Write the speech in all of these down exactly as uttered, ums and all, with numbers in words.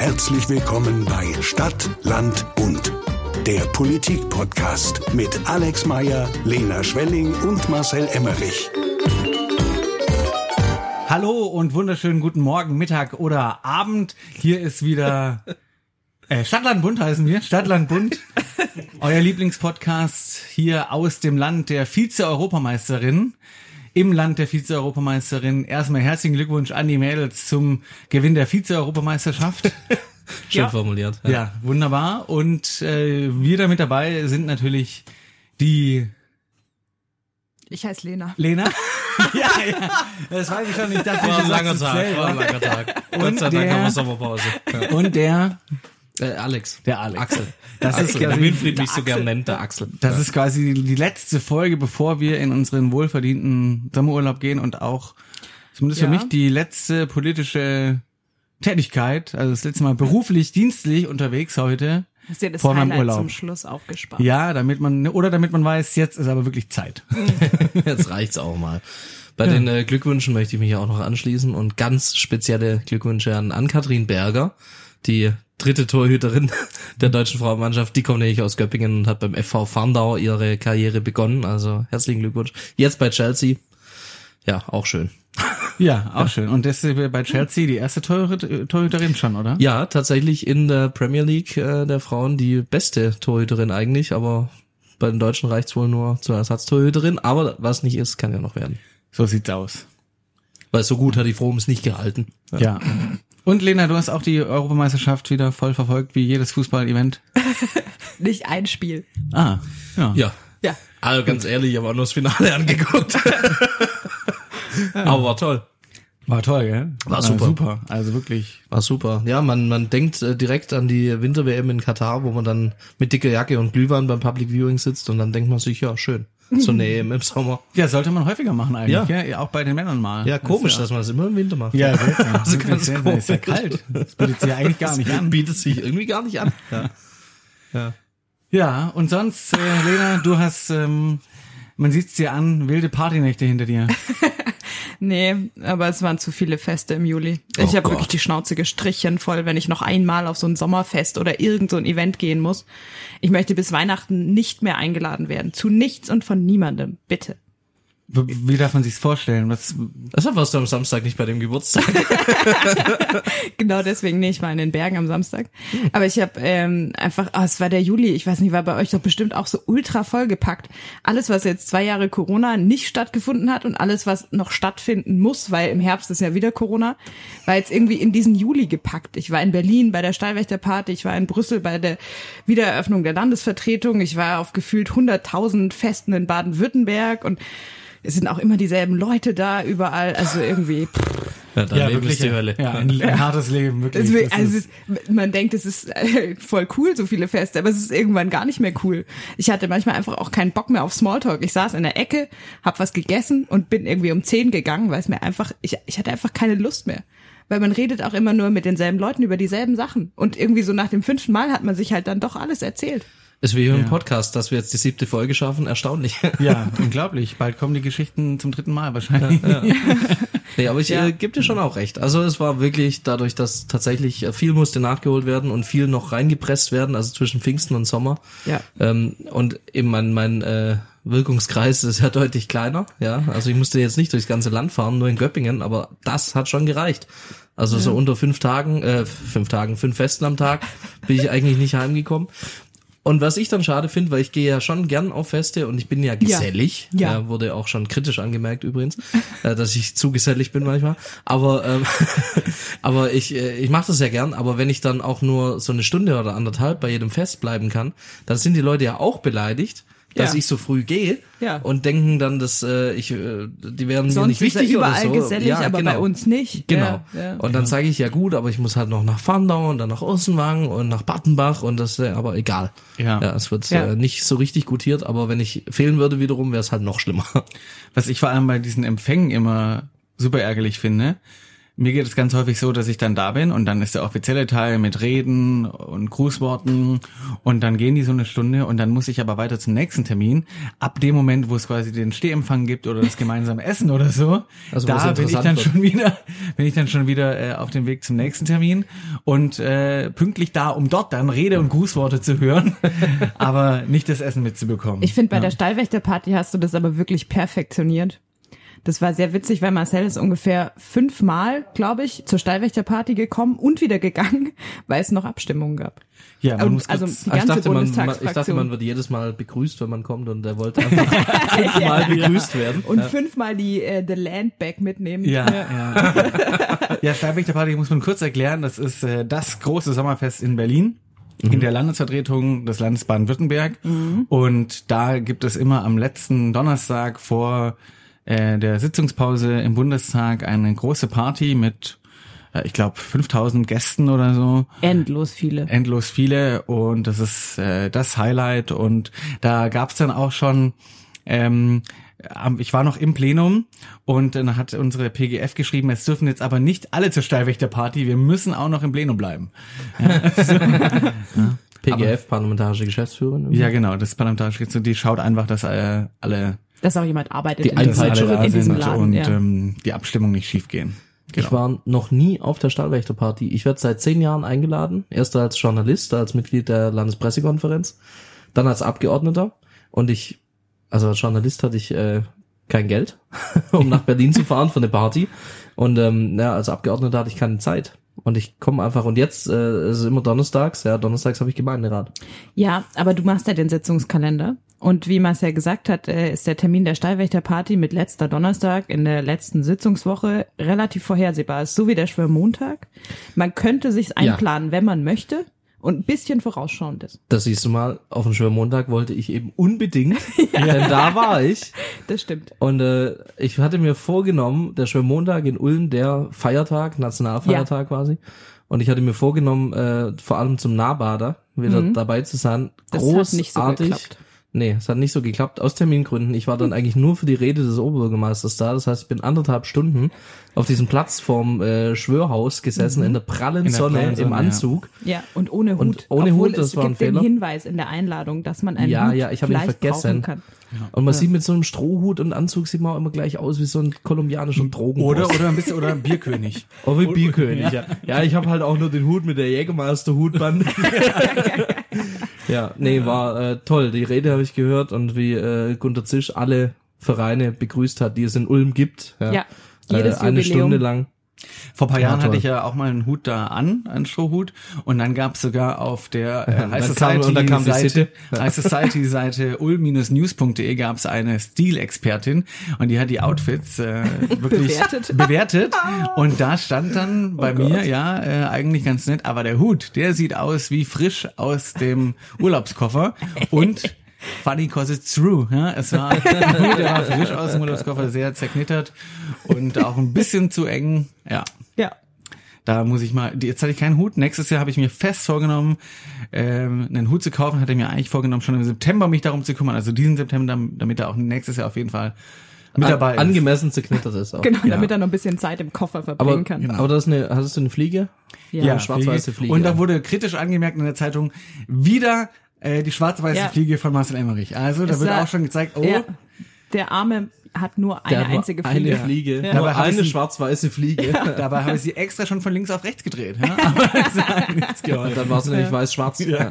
Herzlich willkommen bei Stadt, Land, Bund. Der Politik-Podcast mit Alex Meyer, Lena Schwelling und Marcel Emmerich. Hallo und wunderschönen guten Morgen, Mittag oder Abend. Hier ist wieder äh, Stadt, Land, Bund heißen wir. Stadt, Land, Bund. Euer Lieblingspodcast hier aus dem Land der Vize-Europameisterin. Im Land der Vize-Europameisterin. Erstmal herzlichen Glückwunsch an die Mädels zum Gewinn der Vize-Europameisterschaft. Schön ja. formuliert. Ja. ja, wunderbar. Und äh, wir da mit dabei sind natürlich die... Ich heiße Lena. Lena? ja, ja, das weiß ich schon. Ich dachte, War ein langer Tag, War ein langer Tag. Gott sei Dank haben wir Sommerpause. Ja. Und der... Äh, Alex. Der Alex. Axel. Das Axel, ist der quasi, Winfried mich so gern nennt, der Axel. Das ja. ist quasi die letzte Folge, bevor wir in unseren wohlverdienten Sommerurlaub gehen und auch, zumindest ja. für mich, die letzte politische Tätigkeit, also das letzte Mal beruflich, dienstlich unterwegs heute. Hast du dir das vor meinem Highlight Urlaub zum Schluss aufgespart? Ja, damit man, oder damit man weiß, jetzt ist aber wirklich Zeit. Jetzt reicht's auch mal. Bei ja. den äh, Glückwünschen möchte ich mich ja auch noch anschließen und ganz spezielle Glückwünsche an Ann-Kathrin Berger, die dritte Torhüterin der deutschen Frauenmannschaft. Die kommt nämlich aus Göppingen und hat beim F V Farndau ihre Karriere begonnen. Also herzlichen Glückwunsch. Jetzt bei Chelsea. Ja, auch schön. Ja, auch ja. schön. Und das ist bei Chelsea die erste Torhüterin schon, oder? Ja, tatsächlich in der Premier League äh, der Frauen die beste Torhüterin eigentlich, aber bei den Deutschen reicht's wohl nur zur Ersatztorhüterin. Aber was nicht ist, kann ja noch werden. So sieht's aus. Weil so gut hat die Frau es nicht gehalten. Ja. ja. Und Lena, du hast auch die Europameisterschaft wieder voll verfolgt, wie jedes Fußball-Event. Nicht ein Spiel. Ah, ja. Ja. Ja. Also ganz ehrlich, ich habe auch nur das Finale angeguckt. Aber war toll. War toll, gell? War super. War super, also wirklich. War super. Ja, man man denkt äh, direkt an die Winter-W M in Katar, wo man dann mit dicker Jacke und Glühwein beim Public Viewing sitzt und dann denkt man sich, ja, schön. So eine E M im Sommer. Ja, sollte man häufiger machen eigentlich, ja. ja auch bei den Männern mal. Ja, komisch, das dass man das immer im Winter macht. Ja, seltsam. Also ganz seltsam. Ist ja kalt. Das bietet sich ja eigentlich gar nicht an. Bietet sich irgendwie gar nicht an. Ja. Ja. Ja, und sonst, äh, Lena, du hast, ähm, man sieht's dir an, wilde Partynächte hinter dir. Nee, aber es waren zu viele Feste im Juli. Oh ich habe Gott. wirklich die Schnauze gestrichen voll, wenn ich noch einmal auf so ein Sommerfest oder irgend so ein Event gehen muss. Ich möchte bis Weihnachten nicht mehr eingeladen werden. Zu nichts und von niemandem. Bitte. Wie darf man sich's vorstellen? Was? Deshalb warst du am Samstag nicht bei dem Geburtstag. Genau deswegen, nee, ich war in den Bergen am Samstag. Hm. Aber ich habe ähm, einfach, oh, es war der Juli, ich weiß nicht, war bei euch doch bestimmt auch so ultra vollgepackt. Alles, was jetzt zwei Jahre Corona nicht stattgefunden hat und alles, was noch stattfinden muss, weil im Herbst ist ja wieder Corona, war jetzt irgendwie in diesen Juli gepackt. Ich war in Berlin bei der Stallwächterparty, ich war in Brüssel bei der Wiedereröffnung der Landesvertretung, ich war auf gefühlt hunderttausend Festen in Baden-Württemberg und es sind auch immer dieselben Leute da, überall, also irgendwie. Pff. Ja, dann ja, wirklich die Hölle. Ja, ein, ein hartes Leben, wirklich. Das also ist, man denkt, es ist voll cool, so viele Feste, aber es ist irgendwann gar nicht mehr cool. Ich hatte manchmal einfach auch keinen Bock mehr auf Smalltalk. Ich saß in der Ecke, hab was gegessen und bin irgendwie um zehn gegangen, weil es mir einfach, ich, ich hatte einfach keine Lust mehr. Weil man redet auch immer nur mit denselben Leuten über dieselben Sachen. Und irgendwie so nach dem fünften Mal hat man sich halt dann doch alles erzählt. Ist wie im ja. Podcast, dass wir jetzt die siebte Folge schaffen, erstaunlich. Ja, unglaublich. Bald kommen die Geschichten zum dritten Mal wahrscheinlich. Ja, ja. Nee, aber ich ja. äh, gebe dir schon auch recht. Also es war wirklich dadurch, dass tatsächlich viel musste nachgeholt werden und viel noch reingepresst werden, also zwischen Pfingsten und Sommer. Ja. Ähm, und eben mein, mein äh, Wirkungskreis ist ja deutlich kleiner. Ja, also ich musste jetzt nicht durchs ganze Land fahren, nur in Göppingen, aber das hat schon gereicht. Also ja. so unter fünf Tagen, äh, fünf Tagen, fünf Festen am Tag bin ich eigentlich nicht heimgekommen. Und was ich dann schade finde, weil ich gehe ja schon gern auf Feste und ich bin ja gesellig, ja, ja. Äh, wurde auch schon kritisch angemerkt übrigens, äh, dass ich zu gesellig bin manchmal, aber ähm, aber ich äh, ich mache das ja gern, aber wenn ich dann auch nur so eine Stunde oder anderthalb bei jedem Fest bleiben kann, dann sind die Leute ja auch beleidigt, dass ja. ich so früh gehe ja. und denken dann, dass äh, ich äh, die wären Sonst mir nicht wichtig ist er überall oder so. gesellig, ja, aber genau. bei uns nicht. Genau. Ja, ja. Und dann sage ich, ja gut, aber ich muss halt noch nach Farndau und dann nach Ossenwagen und nach Battenbach und das äh, aber egal. Ja. Ja, es wird Ja. äh, nicht so richtig gutiert, aber wenn ich fehlen würde wiederum, wäre es halt noch schlimmer. Was ich vor allem bei diesen Empfängen immer super ärgerlich finde, mir geht es ganz häufig so, dass ich dann da bin und dann ist der offizielle Teil mit Reden und Grußworten und dann gehen die so eine Stunde und dann muss ich aber weiter zum nächsten Termin. Ab dem Moment, wo es quasi den Stehempfang gibt oder das gemeinsame Essen oder so, Also, da was bin ich interessant dann wird. schon wieder, bin ich dann schon wieder äh, auf dem Weg zum nächsten Termin und äh, pünktlich da, um dort dann Rede und Grußworte zu hören, aber nicht das Essen mitzubekommen. Ich finde, bei ja. der Stallwächterparty hast du das aber wirklich perfektioniert. Das war sehr witzig, weil Marcel ist ungefähr fünfmal, glaube ich, zur Stallwächterparty gekommen und wieder gegangen, weil es noch Abstimmungen gab. Ja, man Und, muss also kurz- die Ah, ich ganze dachte, man, man, ich Bundestagsfraktion. dachte, man wird jedes Mal begrüßt, wenn man kommt und der wollte einfach fünfmal begrüßt werden. und fünfmal die äh, The Land Bag mitnehmen. Ja, ja. Ja, Stallwächterparty muss man kurz erklären. Das ist äh, das große Sommerfest in Berlin. In der Landesvertretung des Landes Baden-Württemberg. Mhm. Und da gibt es immer am letzten Donnerstag vor äh, der Sitzungspause im Bundestag eine große Party mit, äh, ich glaube, fünftausend Gästen oder so. Endlos viele. Endlos viele. Und das ist äh, das Highlight. Und da gab's dann auch schon... Ähm, ich war noch im Plenum und dann hat unsere P G F geschrieben, es dürfen jetzt aber nicht alle zur Stallwächterparty, wir müssen auch noch im Plenum bleiben. Ja, so. Ja. P G F, Parlamentarische Geschäftsführerin. Ja, genau, das Parlamentarische Gericht, die schaut einfach, dass äh, alle, Dass auch jemand arbeitet Die in diesem, Einpeitsche alle da in diesem sind Laden. und ja. ähm, die Abstimmung nicht schief gehen. Genau. Ich war noch nie auf der Stallwächterparty. Ich werde seit zehn Jahren eingeladen. Erst als Journalist, als Mitglied der Landespressekonferenz, dann als Abgeordneter. Und ich, also als Journalist hatte ich äh, kein Geld, um nach Berlin zu fahren für eine Party. Und ähm, ja, als Abgeordneter hatte ich keine Zeit. Und ich komme einfach, und jetzt äh, ist es immer donnerstags, ja, donnerstags habe ich Gemeinderat. Ja, aber du machst ja den Sitzungskalender. Und wie Marcel gesagt hat, äh, ist der Termin der Stallwächterparty mit letzter Donnerstag in der letzten Sitzungswoche relativ vorhersehbar. Ist so wie der Schwörmontag. Man könnte sich's einplanen, wenn man möchte und ein bisschen vorausschauend ist. Das siehst du mal, auf den Schwörmontag wollte ich eben unbedingt, denn da war ich. Das stimmt. Und äh, ich hatte mir vorgenommen, der Schwörmontag in Ulm, der Feiertag, Nationalfeiertag Ja. quasi. Und ich hatte mir vorgenommen, äh, vor allem zum Nahbader wieder Mhm. dabei zu sein. Das Großartig. hat nicht so geklappt. Nee, es hat nicht so geklappt, aus Termingründen. Ich war dann eigentlich nur für die Rede des Oberbürgermeisters da. Das heißt, ich bin anderthalb Stunden auf diesem Platz vorm äh, Schwörhaus gesessen, in der prallen In der Sonne, prallen im Sonne, ja. Anzug. Ja, und ohne Hut. Und ohne Obwohl Hut, das es war ein gibt den Fehler. Hinweis in der Einladung, dass man einen Ja, Hut ja, ich habe ihn vielleicht vergessen. brauchen kann. Und man sieht mit so einem Strohhut und Anzug sieht man auch immer gleich aus wie so ein kolumbianischer Drogenboss. Oder, oder ein bisschen, oder ein Bierkönig. Oh, wie Bierkönig, Ja. ja. Ja, ich habe halt auch nur den Hut mit der Jägermeister-Hutband. Ja, nee, war äh, toll. Die Rede habe ich gehört und wie äh, Gunter Zisch alle Vereine begrüßt hat, die es in Ulm gibt. Ja, Ja, jedes äh, eine Jubiläum. Stunde lang. Vor ein paar Ja, Jahren toll. hatte ich ja auch mal einen Hut da an, einen Strohhut. Und dann gab es sogar auf der äh, dann High kam- und dann kam die Society-Seite Sitte. High Society-Seite ulm news punkt de gab es eine Stilexpertin und die hat die Outfits äh, wirklich Bewertet. bewertet. Und da stand dann bei Oh mir, Gott. ja, äh, eigentlich ganz nett, aber der Hut, der sieht aus wie frisch aus dem Urlaubskoffer. Und funny cause it's true. Ja, es war ein Hut, der war frisch aus dem Urlaubskoffer, sehr zerknittert und auch ein bisschen zu eng. Ja. Ja. Da muss ich mal, jetzt hatte ich keinen Hut. Nächstes Jahr habe ich mir fest vorgenommen, ähm, einen Hut zu kaufen. Hatte mir eigentlich vorgenommen, schon im September mich darum zu kümmern. Also diesen September, damit er auch nächstes Jahr auf jeden Fall mit dabei ist. Angemessen zerknittert ist auch. Genau, Ja. damit er noch ein bisschen Zeit im Koffer verbringen Aber, kann. aber das ist eine, hattest du eine Fliege? Ja, schwarz-weiße Fliege. Und da wurde kritisch angemerkt in der Zeitung, wieder äh, die schwarz-weiße Ja. Fliege von Marcel Emmerich. Also da Es wird war- auch schon gezeigt, oh, Ja. Der Arme hat nur eine Der hat nur einzige eine Fliege. Fliege. Ja. Nur Dabei hab eine ich- schwarz-weiße Fliege. dabei habe ich sie extra schon von links auf rechts gedreht. Ja? Aber es hat nichts Und geholfen. dann war es nämlich weiß-schwarz. Ja.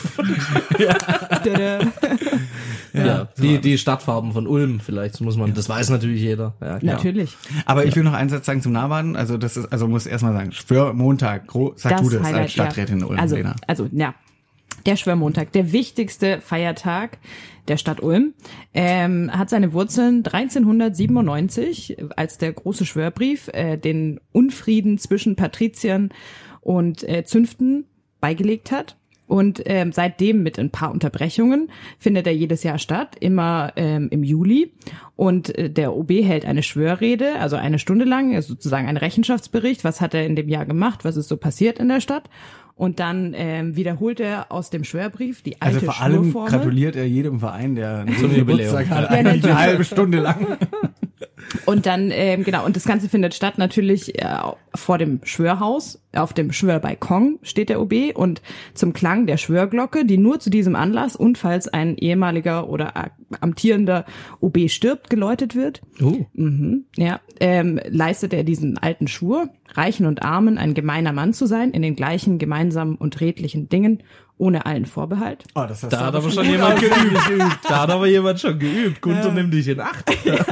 Tada. Ja, die, die Stadtfarben von Ulm vielleicht, muss man, das weiß natürlich jeder. Ja, klar. Natürlich. Aber ich will noch einen Satz sagen zum Nahbaden. Also das ist, also muss erstmal sagen, für Montag, gro- sag du das als Stadträtin in ja. Ulm, Also, Lena. also, ja. Der Schwörmontag, der wichtigste Feiertag der Stadt Ulm, ähm, hat seine Wurzeln dreizehnhundertsiebenundneunzig, als der große Schwörbrief äh, den Unfrieden zwischen Patriziern und äh, Zünften beigelegt hat. Und ähm, seitdem mit ein paar Unterbrechungen findet er jedes Jahr statt, immer ähm, im Juli. Und äh, der O B hält eine Schwörrede, also eine Stunde lang, also sozusagen ein Rechenschaftsbericht. Was hat er in dem Jahr gemacht? Was ist so passiert in der Stadt? Und dann ähm, wiederholt er aus dem Schwörbrief die alte Also vor allem Schwurformel. gratuliert er jedem Verein, der einen Zum Jubiläum. Geburtstag hat, Ja, eigentlich eine natürlich. halbe Stunde lang. Und dann, ähm, genau, und das Ganze findet statt natürlich äh, vor dem Schwörhaus. Auf dem Schwörbalkon steht der O B und zum Klang der Schwörglocke, die nur zu diesem Anlass und falls ein ehemaliger oder amtierender O B stirbt, geläutet wird. Oh. Mhm, ja, ähm, leistet er diesen alten Schwur, Reichen und Armen ein gemeiner Mann zu sein, in den gleichen gemeinsamen und redlichen Dingen, ohne allen Vorbehalt. Oh, das hast Da du hat aber schon jemand geübt. Da hat aber jemand schon geübt. Gunther, Ja. nimm dich in Acht.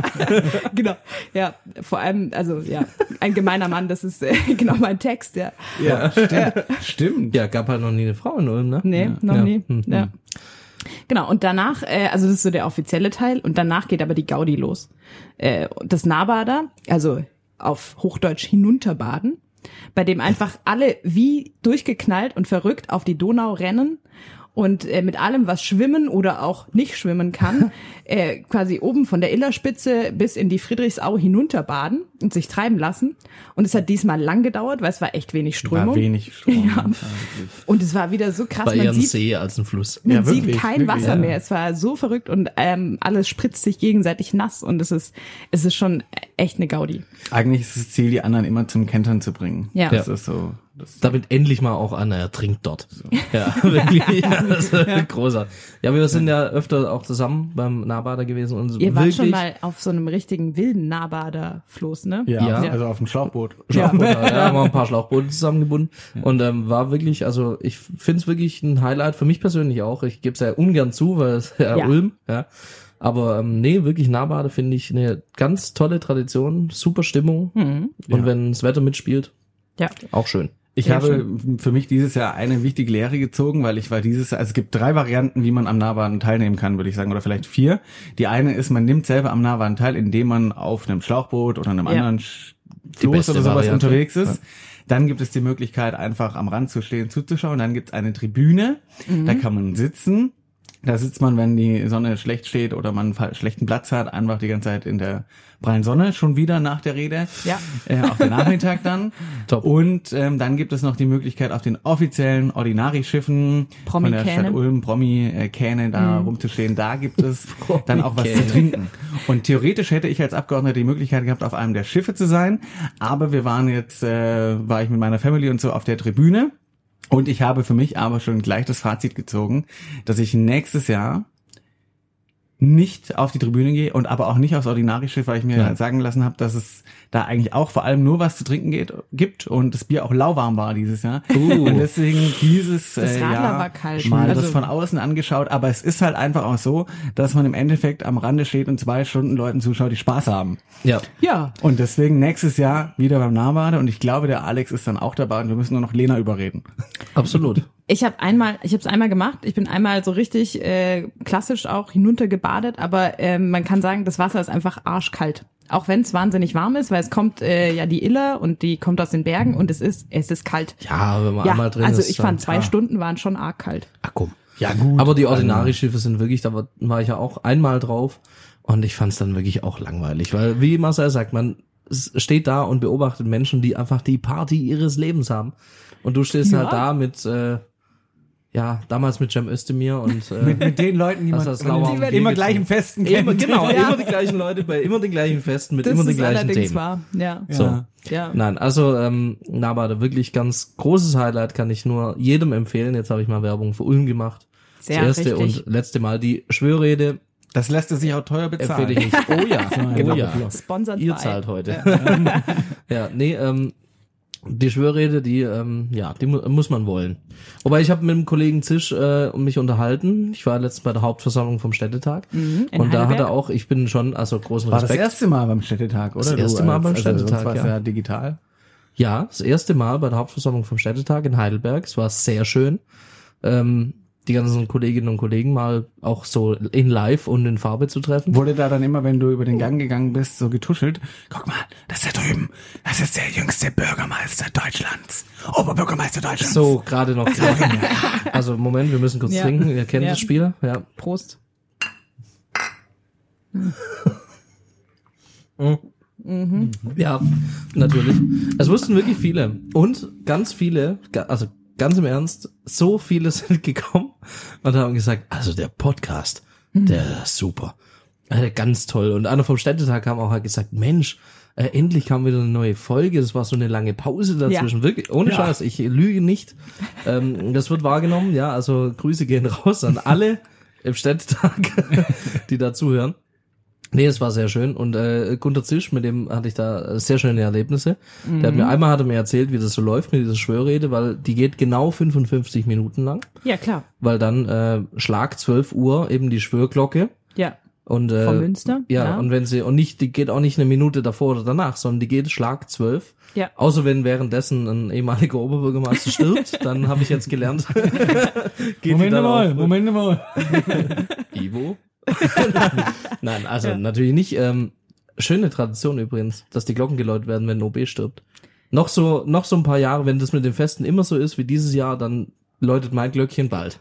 Genau, ja, vor allem, also ja, ein gemeiner Mann, das ist äh, genau mein Text, ja. Ja, stimmt. Stimmt. Ja, gab halt noch nie eine Frau in Ulm, ne? Nee, noch Ja. nie. Mhm. Ja. Genau, und danach, äh, also das ist so der offizielle Teil, und danach geht aber die Gaudi los. Äh, das Nahbader, also auf Hochdeutsch hinunterbaden, bei dem einfach alle wie durchgeknallt und verrückt auf die Donau rennen und äh, mit allem, was schwimmen oder auch nicht schwimmen kann, äh, quasi oben von der Illerspitze bis in die Friedrichsau hinunterbaden und sich treiben lassen. Und es hat diesmal lang gedauert, weil es war echt wenig Strömung. War wenig Strom. Ja. Und es war wieder so krass, Bei man eher ein sieht, See als ein Fluss. man Ja, sieht wirklich, kein wirklich, Wasser ja. mehr. Es war so verrückt und ähm, alles spritzt sich gegenseitig nass und es ist es ist schon echt eine Gaudi. Eigentlich ist das Ziel, die anderen immer zum Kentern zu bringen. Ja. Das ist so. Das Damit endlich mal auch einer ertrinkt dort. Ja, wirklich. Ja, das ist großartig. Ja, wir sind ja öfter auch zusammen beim Nahbader gewesen und Ihr wart wirklich. schon mal auf so einem richtigen wilden Nahbaderfloß, ne? ja, Ja. also auf dem Schlauchboot. Schlauchboote, ja, haben wir ein paar Schlauchboote zusammengebunden und ähm, war wirklich, also ich finde es wirklich ein Highlight für mich persönlich auch. Ich gebe es ja ungern zu, weil es ja, Ja. Ulm, ja. Aber ähm, nee, wirklich Nahbade finde ich eine ganz tolle Tradition, super Stimmung Mhm. und Ja. wenn das Wetter mitspielt, Ja. auch schön. Ich Sehr habe für mich dieses Jahr eine wichtige Lehre gezogen, weil ich war dieses Jahr, also es gibt drei Varianten, wie man am Nahbaden teilnehmen kann, würde ich sagen, oder vielleicht vier. Die eine ist, man nimmt selber am Nahbaden teil, indem man auf einem Schlauchboot oder einem Ja. anderen Sch- Floß beste oder sowas Variante. unterwegs ist. Dann gibt es die Möglichkeit, einfach am Rand zu stehen, zuzuschauen. Dann gibt es eine Tribüne, da kann man sitzen. Da sitzt man, wenn die Sonne schlecht steht oder man einen fa- schlechten Platz hat, einfach die ganze Zeit in der prallen Sonne, schon wieder nach der Rede. Ja. Äh, auch der Nachmittag dann. Top. Und ähm, dann gibt es noch die Möglichkeit, auf den offiziellen Ordinari-Schiffen von der Promi-Kähne. Stadt Ulm, Promi-Kähne da rumzustehen. Da gibt es dann auch was zu trinken. Und theoretisch hätte ich als Abgeordneter die Möglichkeit gehabt, auf einem der Schiffe zu sein. Aber wir waren jetzt, äh, war ich mit meiner Family und so auf der Tribüne. Und ich habe für mich aber schon gleich das Fazit gezogen, dass ich nächstes Jahr nicht auf die Tribüne gehe und aber auch nicht aufs Ordinari-Schiff, weil ich mir Ja. sagen lassen habe, dass es da eigentlich auch vor allem nur was zu trinken geht, gibt und das Bier auch lauwarm war dieses Jahr. Uh. Und deswegen dieses Das äh, Radler Jahr war kalt. mal Also- das von außen angeschaut, aber es ist halt einfach auch so, dass man im Endeffekt am Rande steht und zwei Stunden Leuten zuschaut, die Spaß haben. Ja. Ja. Und deswegen nächstes Jahr wieder beim Nahbade und ich glaube, der Alex ist dann auch dabei und wir müssen nur noch Lena überreden. Absolut. Ich habe einmal, ich habe es einmal gemacht. Ich bin einmal so richtig äh, klassisch auch hinuntergebadet, aber ähm, man kann sagen, das Wasser ist einfach arschkalt. Auch wenn es wahnsinnig warm ist, weil es kommt äh, ja die Iller und die kommt aus den Bergen und es ist es ist kalt. Ja, wenn man Ja, einmal drin also ist. ich fand dann- zwei Stunden waren schon arg kalt. Ach komm. Ja gut. Aber die Ordinari-Schiffe sind wirklich, da war, war ich ja auch einmal drauf und ich fand es dann wirklich auch langweilig, weil wie Marcel sagt, man s- steht da und beobachtet Menschen, die einfach die Party ihres Lebens haben und du stehst Ja. halt da mit, äh, ja, damals mit Cem Özdemir und äh, mit, mit den Leuten, die Was man das lauwarm immer, Bier immer getrunken. gleich im Festen immer, kennt. genau, Ja. immer die gleichen Leute bei immer den gleichen Festen mit Das immer den ist gleichen allerdings Themen. wahr. Ja. Ja. So. Ja. Nein, also ähm, Nahbade, wirklich ganz großes Highlight, kann ich nur jedem empfehlen. Jetzt habe ich mal Werbung für Ulm gemacht. Sehr das erste richtig. und letzte Mal die Schwörrede Das lässt es sich auch teuer bezahlen. empfehle ich nicht. Oh ja, Genau. oh ja. Sponsored Ihr by. zahlt heute. Ja, ja nee, ähm, die Schwörrede, die, ähm, ja, die mu muss man wollen. Wobei ich habe mit dem Kollegen Zisch äh, mich unterhalten. Ich war letztens bei der Hauptversammlung vom Städtetag. in und da hat Heidelberg. er auch, ich bin schon, also großen War das Respekt. erste Mal beim Städtetag, oder? Das Du erste Mal als- beim also sonst Städtetag, war's ja. ja digital. Ja, das erste Mal bei der Hauptversammlung vom Städtetag in Heidelberg. Es war sehr schön. Ähm, die ganzen Kolleginnen und Kollegen mal auch so in live und in Farbe zu treffen. Wurde da dann immer, wenn du über den Gang gegangen bist, so getuschelt? Guck mal, das ist da drüben. Das ist der jüngste Bürgermeister Deutschlands. Oberbürgermeister Deutschlands. So, gerade noch. Also Moment, wir müssen kurz Ja. trinken. Ihr kennt Ja. das Spiel. Ja. Prost. Ja, natürlich. Es wussten wirklich viele. Und ganz viele, ga- also ganz im Ernst, so viele sind gekommen und haben gesagt, also der Podcast, der ist super. Äh, ganz toll. Und einer vom Städtetag kam auch, hat gesagt, Mensch, äh, endlich kam wieder eine neue Folge. Das war so eine lange Pause dazwischen. Ja. Wirklich, ohne ja. Scheiß, ich lüge nicht. Ähm, das wird wahrgenommen, ja. Also Grüße gehen raus an alle im Städtetag, die da zuhören. Nee, es war sehr schön. Und äh, Gunter Zisch, mit dem hatte ich da sehr schöne Erlebnisse. Mhm. Der hat mir einmal hat er mir erzählt, wie das so läuft mit dieser Schwörrede, weil die geht genau fünfundfünfzig Minuten lang. Ja, klar. Weil dann äh, Schlag zwölf Uhr eben die Schwörglocke. Ja. Und, äh, vom Münster. Ja, ja, und wenn sie, und nicht, die geht auch nicht eine Minute davor oder danach, sondern die geht Schlag zwölf. Ja. Außer wenn währenddessen ein ehemaliger Oberbürgermeister stirbt, dann habe ich jetzt gelernt. Moment mal, Moment mal. Ivo? Nein, also ja. natürlich nicht. Ähm, schöne Tradition übrigens, dass die Glocken geläutet werden, wenn ein O B stirbt. Noch so, noch so ein paar Jahre, wenn das mit den Festen immer so ist wie dieses Jahr, dann läutet mein Glöckchen bald.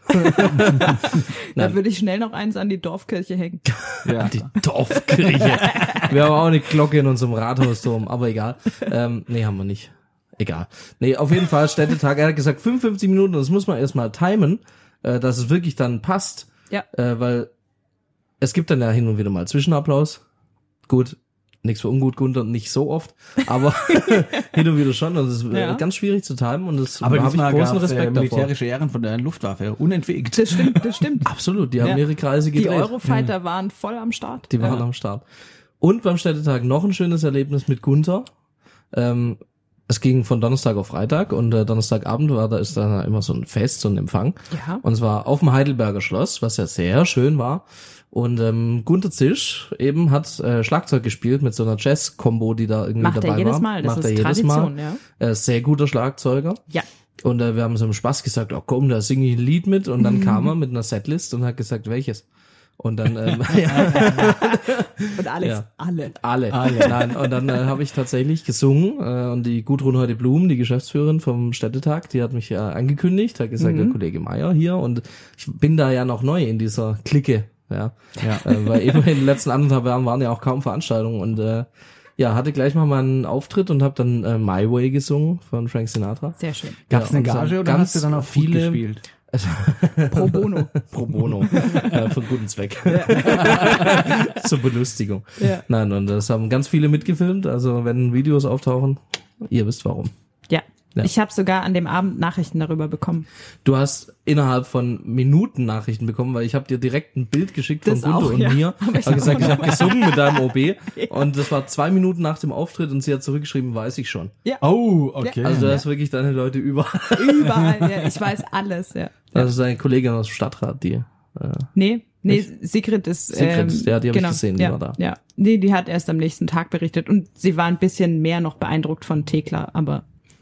Da würde ich schnell noch eins an die Dorfkirche hängen. Ja. Die Dorfkirche. Wir haben auch eine Glocke in unserem Rathausturm, aber egal. Ähm, nee, haben wir nicht. Egal. Nee, auf jeden Fall Städtetag. Er hat gesagt, fünfundfünfzig Minuten, das muss man erstmal timen, äh, dass es wirklich dann passt. Ja. Äh, weil es gibt dann ja hin und wieder mal Zwischenapplaus. Gut, nichts für ungut, Gunter, nicht so oft, aber hin und wieder schon. Und es ist ja. ganz schwierig zu timen und das aber habe ich großen Respekt äh, militärische davor. Ehren von der Luftwaffe, unentwegt. Das stimmt, das stimmt. Absolut, die haben ja. ihre Kreise gedreht. Die Eurofighter mhm. waren voll am Start. Die waren ja. am Start. Und beim Städtetag noch ein schönes Erlebnis mit Gunter. Ähm, es ging von Donnerstag auf Freitag und äh, Donnerstagabend war, da ist dann immer so ein Fest, so ein Empfang. Ja. Und zwar auf dem Heidelberger Schloss, was ja sehr schön war. Und ähm, Gunter Zisch eben hat äh, Schlagzeug gespielt mit so einer Jazz-Kombo, die da irgendwie Macht dabei war. Macht er jedes Mal, das Macht ist er jedes Tradition, Mal. ja. Er ist sehr guter Schlagzeuger. Ja. Und äh, wir haben so im Spaß gesagt, oh komm, da singe ich ein Lied mit. Und dann kam er mit einer Setlist und hat gesagt, welches? Und dann ähm, und Alex, ja. alle. alle. Alle. Nein, und dann äh, habe ich tatsächlich gesungen äh, und die Gudrun Heute Blum, die Geschäftsführerin vom Städtetag, die hat mich äh, angekündigt, hat gesagt, mhm. der Kollege Meier hier und ich bin da ja noch neu in dieser Clique, ja, ja. Äh, weil eben in den letzten anderthalb Jahren waren ja auch kaum Veranstaltungen und äh, ja, hatte gleich mal meinen Auftritt und habe dann äh, My Way gesungen von Frank Sinatra. Sehr schön. Gab's ja, eine Gage oder hast du dann auch viele gespielt? Pro bono. Pro bono. äh, für guten Zweck. Zur Belustigung. Ja. Nein, und das haben ganz viele mitgefilmt. Also wenn Videos auftauchen, ihr wisst warum. Ja. Ja. Ich habe sogar an dem Abend Nachrichten darüber bekommen. Du hast innerhalb von Minuten Nachrichten bekommen, weil ich habe dir direkt ein Bild geschickt das von Gunter auch, und ja. mir. Aber ich habe gesagt, ich habe gesungen mit deinem O B. Ja. Und das war zwei Minuten nach dem Auftritt und sie hat zurückgeschrieben, weiß ich schon. Ja. Oh, okay. Also du Ja. hast wirklich deine Leute überall. Überall, ja. Ich weiß alles, ja. Das ist eine Kollegin aus dem Stadtrat, die... Äh, Nee, nee, Nicht? Sigrid ist, Sigrid, ähm, ja, die habe genau, ich gesehen, die ja, war da. Ja, nee, die hat erst am nächsten Tag berichtet und sie war ein bisschen mehr noch beeindruckt von Thekla, aber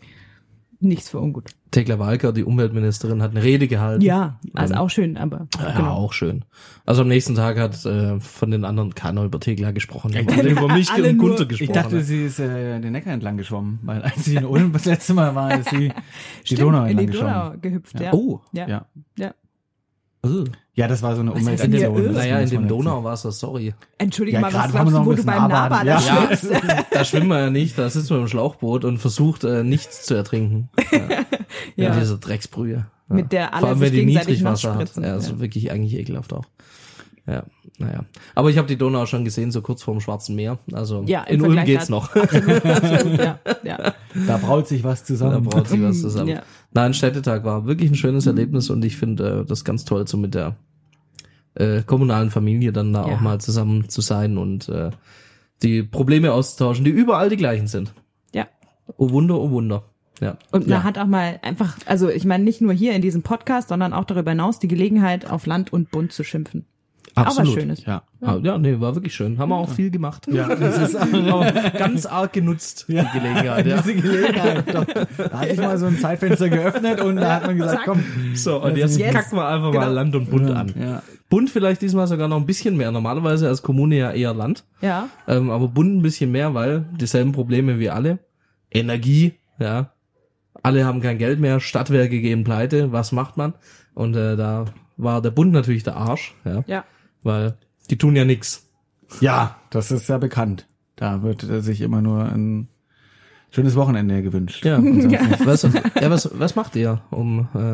nichts für ungut. Thekla Walker, die Umweltministerin, hat eine Rede gehalten. Ja, also Ähm, auch schön, aber Ja, genau. auch schön. Also am nächsten Tag hat äh, von den anderen keiner über Thekla gesprochen. Die haben alle über mich alle und nur- Gunter Ich gesprochen. dachte, sie ist äh, den Neckar entlang geschwommen, weil als sie in Ulm das letzte Mal war, ist sie die Stimmt, Donau in entlang die geschwommen. Donau gehüpft, ja. Oh. ja. Ja. ja. Uh. Ja, das war so eine Was heißt denn hier Umweltaktion. Öl? das Naja, in muss man dem dazu- Donauwasser, sorry. Entschuldige Ja, mal, was gerade waren wir glaubst noch du, wo ein du bisschen beim Nahbaden. Nahbader Ja. schwimmst? Da schwimmen wir ja nicht, da sitzen wir im Schlauchboot und versucht äh, nichts zu ertrinken. Ja. Ja. In dieser Drecksbrühe. Ja. Mit der alle Vor allem, sich wenn die gegenseitig Niedrigwasser hat. nachspritzen. Ja, das ist Ja. wirklich eigentlich ekelhaft auch. Ja, naja. Aber ich habe die Donau schon gesehen, so kurz vorm Schwarzen Meer. Also Ja, im in Ulm Vergleich geht's dazu. noch. Absolut, absolut, ja, ja. Da braut sich was Da zusammen. braut sich was zusammen. Ja. Nein, Städtetag war wirklich ein schönes Erlebnis und ich finde äh, das ganz toll, so mit der äh, kommunalen Familie dann da Ja. auch mal zusammen zu sein und äh, die Probleme auszutauschen, die überall die gleichen sind. Ja. Oh Wunder, oh Wunder. Ja. Und man ja. hat auch mal einfach, also ich meine nicht nur hier in diesem Podcast, sondern auch darüber hinaus die Gelegenheit, auf Land und Bund zu schimpfen. Absolut. Auch was Schönes. Ja. Ah, ja, nee, war wirklich schön. Haben wir auch viel gemacht. Ja, das ist Aber ganz arg genutzt, Ja. die Gelegenheit. Ja. diese Gelegenheit. Doch. Da hatte ich mal so ein Zeitfenster geöffnet und da hat man gesagt, Zack. komm. So, und jetzt, Jetzt. kacken wir einfach Genau. mal Land und Bund an. Ja. Bund vielleicht diesmal sogar noch ein bisschen mehr. Normalerweise als Kommune ja eher Land. Ja. Ähm, aber Bund ein bisschen mehr, weil dieselben Probleme wie alle. Energie, ja. Alle haben kein Geld mehr, Stadtwerke gehen pleite, was macht man? Und äh, da war der Bund natürlich der Arsch, ja. Ja. Weil die tun ja nix. Ja, das ist ja bekannt. Da wird äh, sich immer nur ein schönes Wochenende gewünscht. Ja. Und sonst nicht. Was, ja, was, was macht ihr, um äh,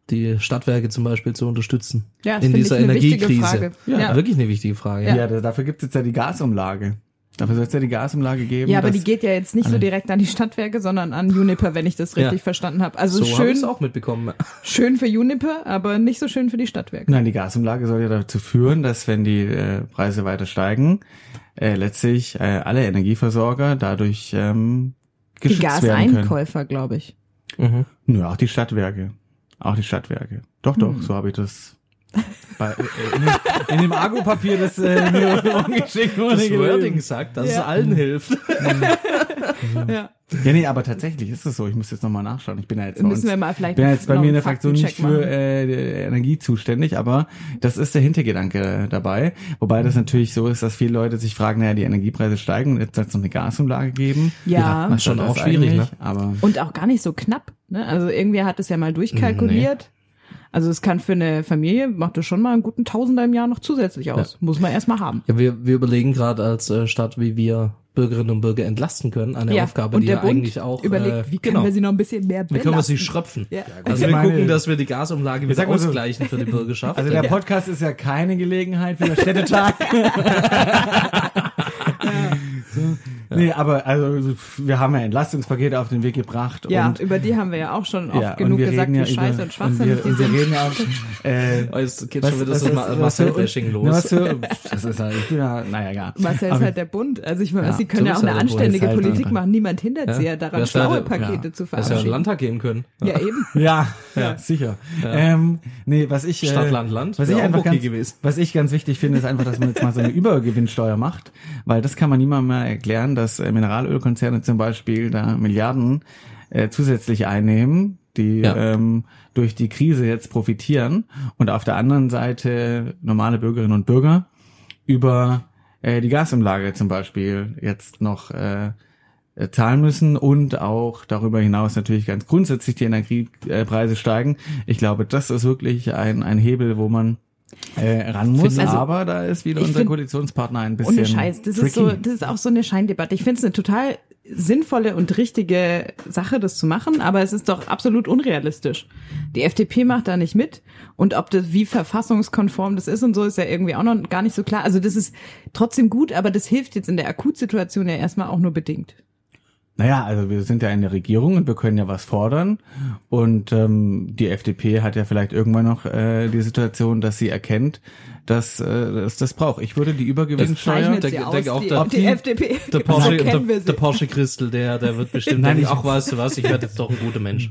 die Stadtwerke zum Beispiel zu unterstützen. Ja, das in finde dieser ich eine wichtige Energiekrise. Frage. Ja, Ja. wirklich eine wichtige Frage. Ja, Ja. da- dafür gibt es jetzt ja die Gasumlage. Dafür soll es ja die Gasumlage geben. Ja, aber dass- die geht ja jetzt nicht so alle- direkt an die Stadtwerke, sondern an Juniper, wenn ich das richtig Ja. verstanden habe. Also So habe ich schön, es auch mitbekommen. schön für Juniper, aber nicht so schön für die Stadtwerke. Nein, die Gasumlage soll ja dazu führen, dass wenn die äh, Preise weiter steigen, äh, letztlich äh, alle Energieversorger dadurch ähm, Die geschützt werden können. Gaseinkäufer, glaube ich. Mhm. Ja, auch die Stadtwerke. Auch die Stadtwerke. Doch, doch, Hm. so habe ich das bei, äh, in, dem, in dem Argo-Papier, das äh, mir umgeschickt wurde. Das gelesen. Wording sagt, dass es Ja. allen hilft. Ja. Ja, nee, aber tatsächlich ist es so. Ich muss jetzt nochmal nachschauen. Ich bin ja jetzt bei Müssen uns, wir mal vielleicht bin ja jetzt bei noch mir in einen der Fraktion nicht Faktencheck für machen. äh, die Energie zuständig, aber das ist der Hintergedanke dabei. Wobei das natürlich so ist, dass viele Leute sich fragen, naja, die Energiepreise steigen und jetzt soll es noch eine Gasumlage geben. Ja. Was Schon soll das auch schwierig, eigentlich? ne? Aber Und auch gar nicht so knapp. Ne? Also irgendwer hat es ja mal durchkalkuliert. Also es kann für eine Familie, macht das schon mal einen guten Tausender im Jahr noch zusätzlich aus. Muss man erst mal haben. Ja, wir, wir überlegen gerade als äh, Stadt, wie wir Bürgerinnen und Bürger entlasten können. Eine Aufgabe, und die der ja Bund eigentlich auch überlegt, äh, wie können genau. wir sie noch ein bisschen mehr Wie können wir belasten. sie schröpfen? Ja. Also Ich wir meine- gucken, dass wir die Gasumlage wieder sag mal so- ausgleichen für die Bürgerschaft. also der Podcast ist ja keine Gelegenheit für den Städtetag. So. Nee, aber also wir haben ja Entlastungspakete auf den Weg gebracht. Ja, und, über die haben wir ja auch schon oft ja, und genug wir gesagt, reden wie ja scheiße über, und schwachsinnig und wir, die und wir sind. reden ja auch, äh, Oh, jetzt geht was- schon wieder was- das was- Ma- was- Marcel-Bashing na, los. was für, das ist halt, ich bin ja, naja, egal. Marcel ist Aber- halt der Bund. Also ich meine, Ja, sie können so ja auch ist eine er, der Bund. anständige Ist halt Politik einfach- machen. Niemand hindert sie ja daran, Wer schlaue hätte- Pakete ja. zu Dass wir in den verabschieden. Landtag gehen können. Ja, eben. Ja, ja, sicher. Ähm, nee, was ich, äh, Stadt, Land, Land, was wäre ich auch einfach okay ganz, gewesen. was ich ganz wichtig finde, ist einfach, dass man jetzt mal so eine Übergewinnsteuer macht, weil das kann man niemandem mehr erklären, dass äh, Mineralölkonzerne zum Beispiel da Milliarden äh, zusätzlich einnehmen, die Ja. ähm, durch die Krise jetzt profitieren und auf der anderen Seite normale Bürgerinnen und Bürger über äh, die Gasumlage zum Beispiel jetzt noch äh, äh, zahlen müssen und auch darüber hinaus natürlich ganz grundsätzlich die Energiepreise steigen. Ich glaube, das ist wirklich ein, ein Hebel, wo man äh, ran muss, Also, aber da ist wieder ich unser find- Koalitionspartner ein bisschen Ohne Scheiß, das tricky. ist so, das ist auch so eine Scheindebatte. Ich finde es eine total sinnvolle und richtige Sache, das zu machen, aber es ist doch absolut unrealistisch. Die F D P macht da nicht mit und ob das wie verfassungskonform das ist und so, ist ja irgendwie auch noch gar nicht so klar. Also das ist trotzdem gut, aber das hilft jetzt in der Akutsituation ja erstmal auch nur bedingt. Naja, also wir sind ja in der Regierung und wir können ja was fordern und ähm, die F D P hat ja vielleicht irgendwann noch äh, die Situation, dass sie erkennt, dass äh, es das braucht. Ich würde die Übergewinnsteuer... Zeichnet der- sie der- aus, der- auch die, der- die F D P. Der Porsche, so der, kennen wir sie. der Porsche Christel, der, der wird bestimmt Nein, denken, ich- ach, weißt du was, ich werde jetzt doch ein guter Mensch.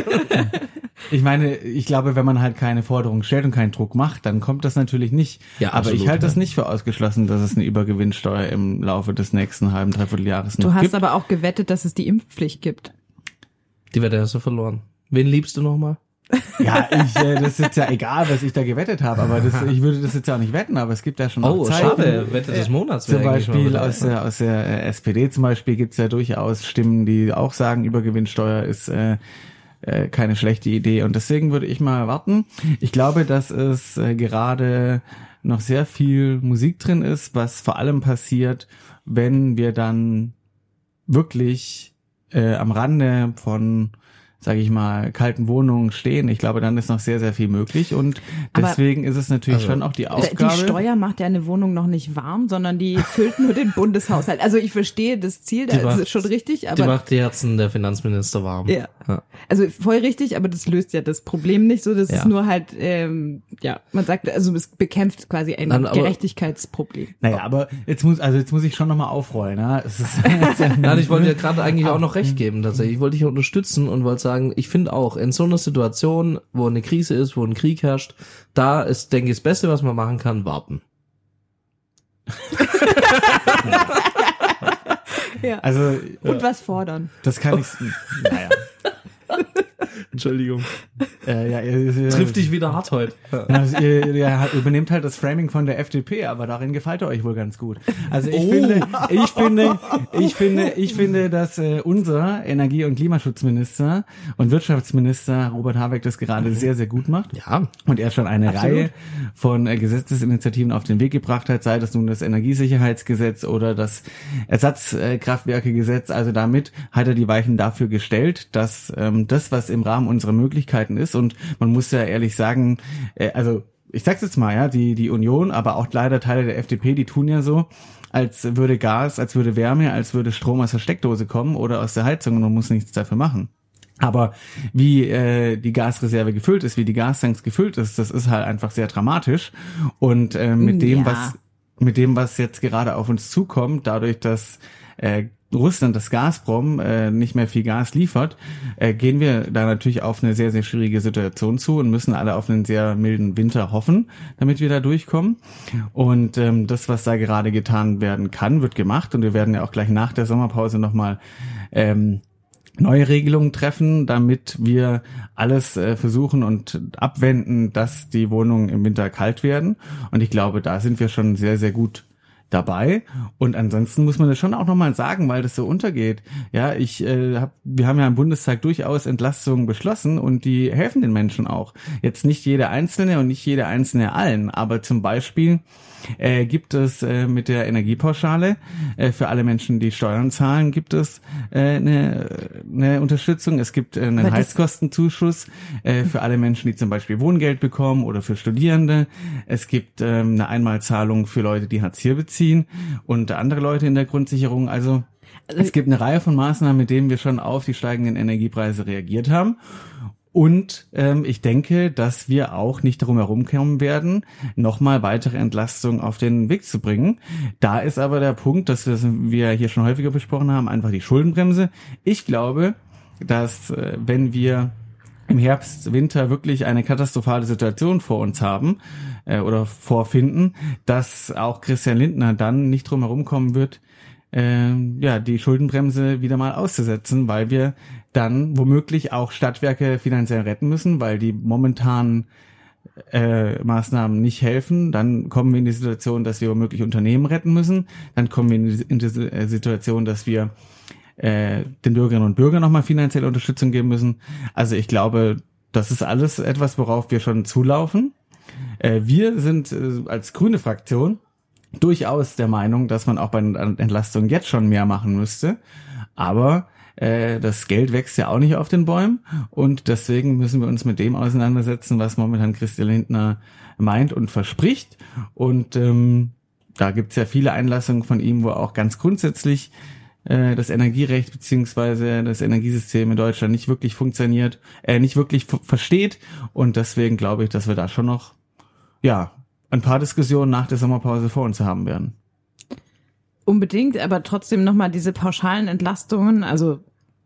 Ich meine, ich glaube, wenn man halt keine Forderung stellt und keinen Druck macht, dann kommt das natürlich nicht. Ja, Aber absolut, ich halte das ja. nicht für ausgeschlossen, dass es eine Übergewinnsteuer im Laufe des nächsten halben, dreiviertel Jahres noch Du hast gibt. aber auch gewettet, dass es die Impfpflicht gibt. Die wird ja so verloren. Wen liebst du nochmal? Ja, ich, äh, das ist jetzt ja egal, was ich da gewettet habe, aber das, ich würde das jetzt ja auch nicht wetten, aber es gibt ja schon auch Oh, Zeiten. schade, Wette des Monats. Zum wäre eigentlich mal Beispiel wieder- aus der, aus der äh, S P D zum Beispiel gibt's ja durchaus Stimmen, die auch sagen, Übergewinnsteuer ist äh, äh, keine schlechte Idee. Und deswegen würde ich mal warten. Ich glaube, dass es äh, gerade noch sehr viel Musik drin ist, was vor allem passiert, wenn wir dann wirklich äh, am Rande von, sage ich mal, kalten Wohnungen stehen. Ich glaube, dann ist noch sehr, sehr viel möglich und Aber- deswegen ist es natürlich Also, schon auch die Die Aufgabe. Steuer macht ja eine Wohnung noch nicht warm, sondern die füllt nur den Bundeshaushalt. Also ich verstehe das Ziel, Die das macht- ist schon richtig, Die aber macht die Herzen der Finanzminister warm. ja. Ja. Also voll richtig, aber das löst ja das Problem nicht so. Das Ja. ist nur halt, ähm, ja, man sagt, also es bekämpft quasi ein Nein, aber- Gerechtigkeitsproblem. Naja, aber jetzt muss, also jetzt muss ich schon nochmal aufrollen, ja. Es ist, Nein, ich wollte dir gerade eigentlich auch noch recht geben, tatsächlich. Ich wollte dich unterstützen und wollte sagen, ich finde auch, in so einer Situation, wo eine Krise ist, wo ein Krieg herrscht, da ist, denke ich, das Beste, was man machen kann, warten. Ja. also, Und was fordern. das kann ich, naja. Entschuldigung. Äh, ja, ihr, ihr, Trifft dich wieder hart heute. Ja, also ihr, ihr übernehmt halt das Framing von der F D P, aber darin gefällt ihr euch wohl ganz gut. Also ich finde, ich finde, ich finde, ich finde, dass äh, unser Energie- und Klimaschutzminister und Wirtschaftsminister Robert Habeck das gerade sehr, sehr gut macht. Ja. Und er schon eine Absolut. Reihe von äh, Gesetzesinitiativen auf den Weg gebracht hat, sei das nun das Energiesicherheitsgesetz oder das Ersatzkraftwerkegesetz. Also damit hat er die Weichen dafür gestellt, dass ähm, das, was im Rahmen Rahmen unserer Möglichkeiten ist. Und man muss ja ehrlich sagen, äh, also ich sag's jetzt mal, ja, die die Union, aber auch leider Teile der F D P, die tun ja so, als würde Gas, als würde Wärme, als würde Strom aus der Steckdose kommen oder aus der Heizung und man muss nichts dafür machen. Aber wie äh, die Gasreserve gefüllt ist, wie die Gastanks gefüllt ist, das ist halt einfach sehr dramatisch. Und äh, mit dem, ja. was mit dem, was jetzt gerade auf uns zukommt, dadurch, dass äh, Russland, das Gazprom, äh, nicht mehr viel Gas liefert, äh, gehen wir da natürlich auf eine sehr, sehr schwierige Situation zu und müssen alle auf einen sehr milden Winter hoffen, damit wir da durchkommen. Und ähm, das, was da gerade getan werden kann, wird gemacht. Und wir werden ja auch gleich nach der Sommerpause nochmal ähm, neue Regelungen treffen, damit wir alles äh, versuchen und abwenden, dass die Wohnungen im Winter kalt werden. Und ich glaube, da sind wir schon sehr, sehr gut dabei. Und ansonsten muss man das schon auch nochmal sagen, weil das so untergeht. Ja, ich äh, hab, wir haben ja im Bundestag durchaus Entlastungen beschlossen und die helfen den Menschen auch. Jetzt nicht jede Einzelne und nicht jede Einzelne allen, aber zum Beispiel äh, gibt es äh, mit der Energiepauschale äh, für alle Menschen, die Steuern zahlen, gibt es äh, eine, eine Unterstützung. Es gibt äh, einen Aber Heizkostenzuschuss äh, für alle Menschen, die zum Beispiel Wohngeld bekommen oder für Studierende. Es gibt äh, eine Einmalzahlung für Leute, die Hartz vier beziehen und andere Leute in der Grundsicherung. Also es gibt eine Reihe von Maßnahmen, mit denen wir schon auf die steigenden Energiepreise reagiert haben. Und ähm, ich denke, dass wir auch nicht darum herumkommen werden, nochmal weitere Entlastungen auf den Weg zu bringen. Da ist aber der Punkt, dass wir, wir hier schon häufiger besprochen haben, einfach die Schuldenbremse. Ich glaube, dass äh, wenn wir im Herbst, Winter wirklich eine katastrophale Situation vor uns haben äh, oder vorfinden, dass auch Christian Lindner dann nicht drum herumkommen wird, äh, ja, die Schuldenbremse wieder mal auszusetzen, weil wir dann womöglich auch Stadtwerke finanziell retten müssen, weil die momentanen äh, Maßnahmen nicht helfen. Dann kommen wir in die Situation, dass wir womöglich Unternehmen retten müssen. Dann kommen wir in die, in die Situation, dass wir äh, den Bürgerinnen und Bürgern nochmal finanzielle Unterstützung geben müssen. Also ich glaube, das ist alles etwas, worauf wir schon zulaufen. Äh, wir sind äh, als grüne Fraktion durchaus der Meinung, dass man auch bei Entlastungen jetzt schon mehr machen müsste. Aber äh, das Geld wächst ja auch nicht auf den Bäumen und deswegen müssen wir uns mit dem auseinandersetzen, was momentan Christian Lindner meint und verspricht. Und ähm, da gibt's ja viele Einlassungen von ihm, wo auch ganz grundsätzlich äh, das Energierecht beziehungsweise das Energiesystem in Deutschland nicht wirklich funktioniert, äh, nicht wirklich f- versteht. Und deswegen glaube ich, dass wir da schon noch ja ein paar Diskussionen nach der Sommerpause vor uns haben werden. Unbedingt, aber trotzdem nochmal diese pauschalen Entlastungen, also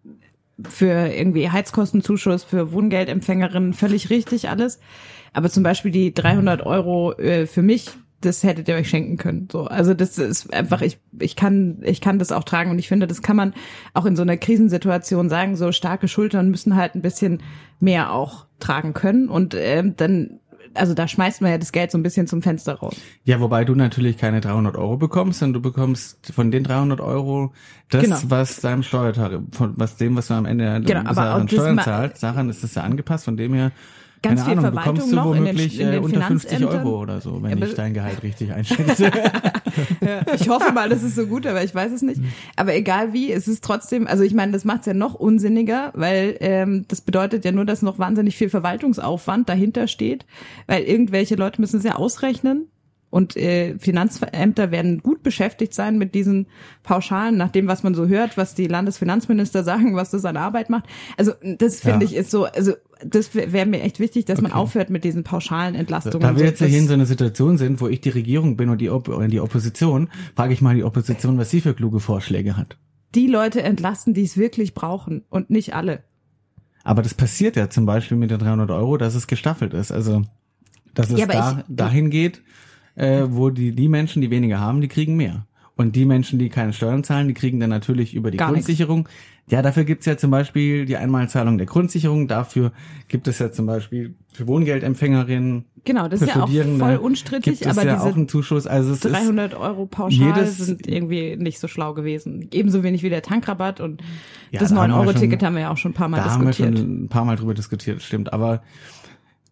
für irgendwie Heizkostenzuschuss, für Wohngeldempfängerinnen, völlig richtig alles. Aber zum Beispiel die dreihundert Euro äh, für mich, das hättet ihr euch schenken können. So, also das ist einfach, ich ich kann ich kann das auch tragen und ich finde, das kann man auch in so einer Krisensituation sagen. So starke Schultern müssen halt ein bisschen mehr auch tragen können und ähm, dann also da schmeißt man ja das Geld so ein bisschen zum Fenster raus. Ja, wobei du natürlich keine dreihundert Euro bekommst, sondern du bekommst von den dreihundert Euro das, genau. was deinem Steuertarif, von was dem, was du am Ende genau, aber an Steuern ma- zahlst, daran ist das ja angepasst, von dem her, ganz keine viel Ahnung, Verwaltung bekommst du noch womöglich in den, in den äh, unter fünfzig Euro oder so, wenn aber ich dein Gehalt richtig einschätze. Ja, ich hoffe mal, das ist so gut, aber ich weiß es nicht. Aber egal wie, es ist trotzdem, also ich meine, das macht es ja noch unsinniger, weil ähm, das bedeutet ja nur, dass noch wahnsinnig viel Verwaltungsaufwand dahinter steht, weil irgendwelche Leute müssen es ja ausrechnen und äh, Finanzämter werden gut beschäftigt sein mit diesen Pauschalen, nach dem, was man so hört, was die Landesfinanzminister sagen, was das an Arbeit macht. Also das finde Ja. ich ist so, also das wäre mir echt wichtig, dass man Okay. aufhört mit diesen pauschalen Entlastungen. Da wir So, jetzt ja das- hier in so einer Situation sind, wo ich die Regierung bin und die, Op- und die Opposition, frage ich mal die Opposition, was sie für kluge Vorschläge hat. die Leute entlasten, die es wirklich brauchen und nicht alle. Aber das passiert ja zum Beispiel mit den dreihundert Euro, dass es gestaffelt ist. Also, dass es Ja, aber da, ich- dahin geht, äh, wo die, die Menschen, die weniger haben, die kriegen mehr. Und die Menschen, die keine Steuern zahlen, die kriegen dann natürlich über die Gar Grundsicherung. Ja, dafür gibt's ja zum Beispiel die Einmalzahlung der Grundsicherung. Dafür gibt es ja zum Beispiel für Wohngeldempfängerinnen, Genau, das für ist ja auch Studierende voll unstrittig, gibt es aber ja diese auch einen Zuschuss. Also es dreihundert Euro pauschal jedes- sind irgendwie nicht so schlau gewesen. Ebenso wenig wie der Tankrabatt und Ja, das da haben neun wir Euro Ticket schon- haben wir ja auch schon ein paar Mal ist, da haben wir diskutiert. schon ein paar Mal drüber diskutiert, stimmt. Aber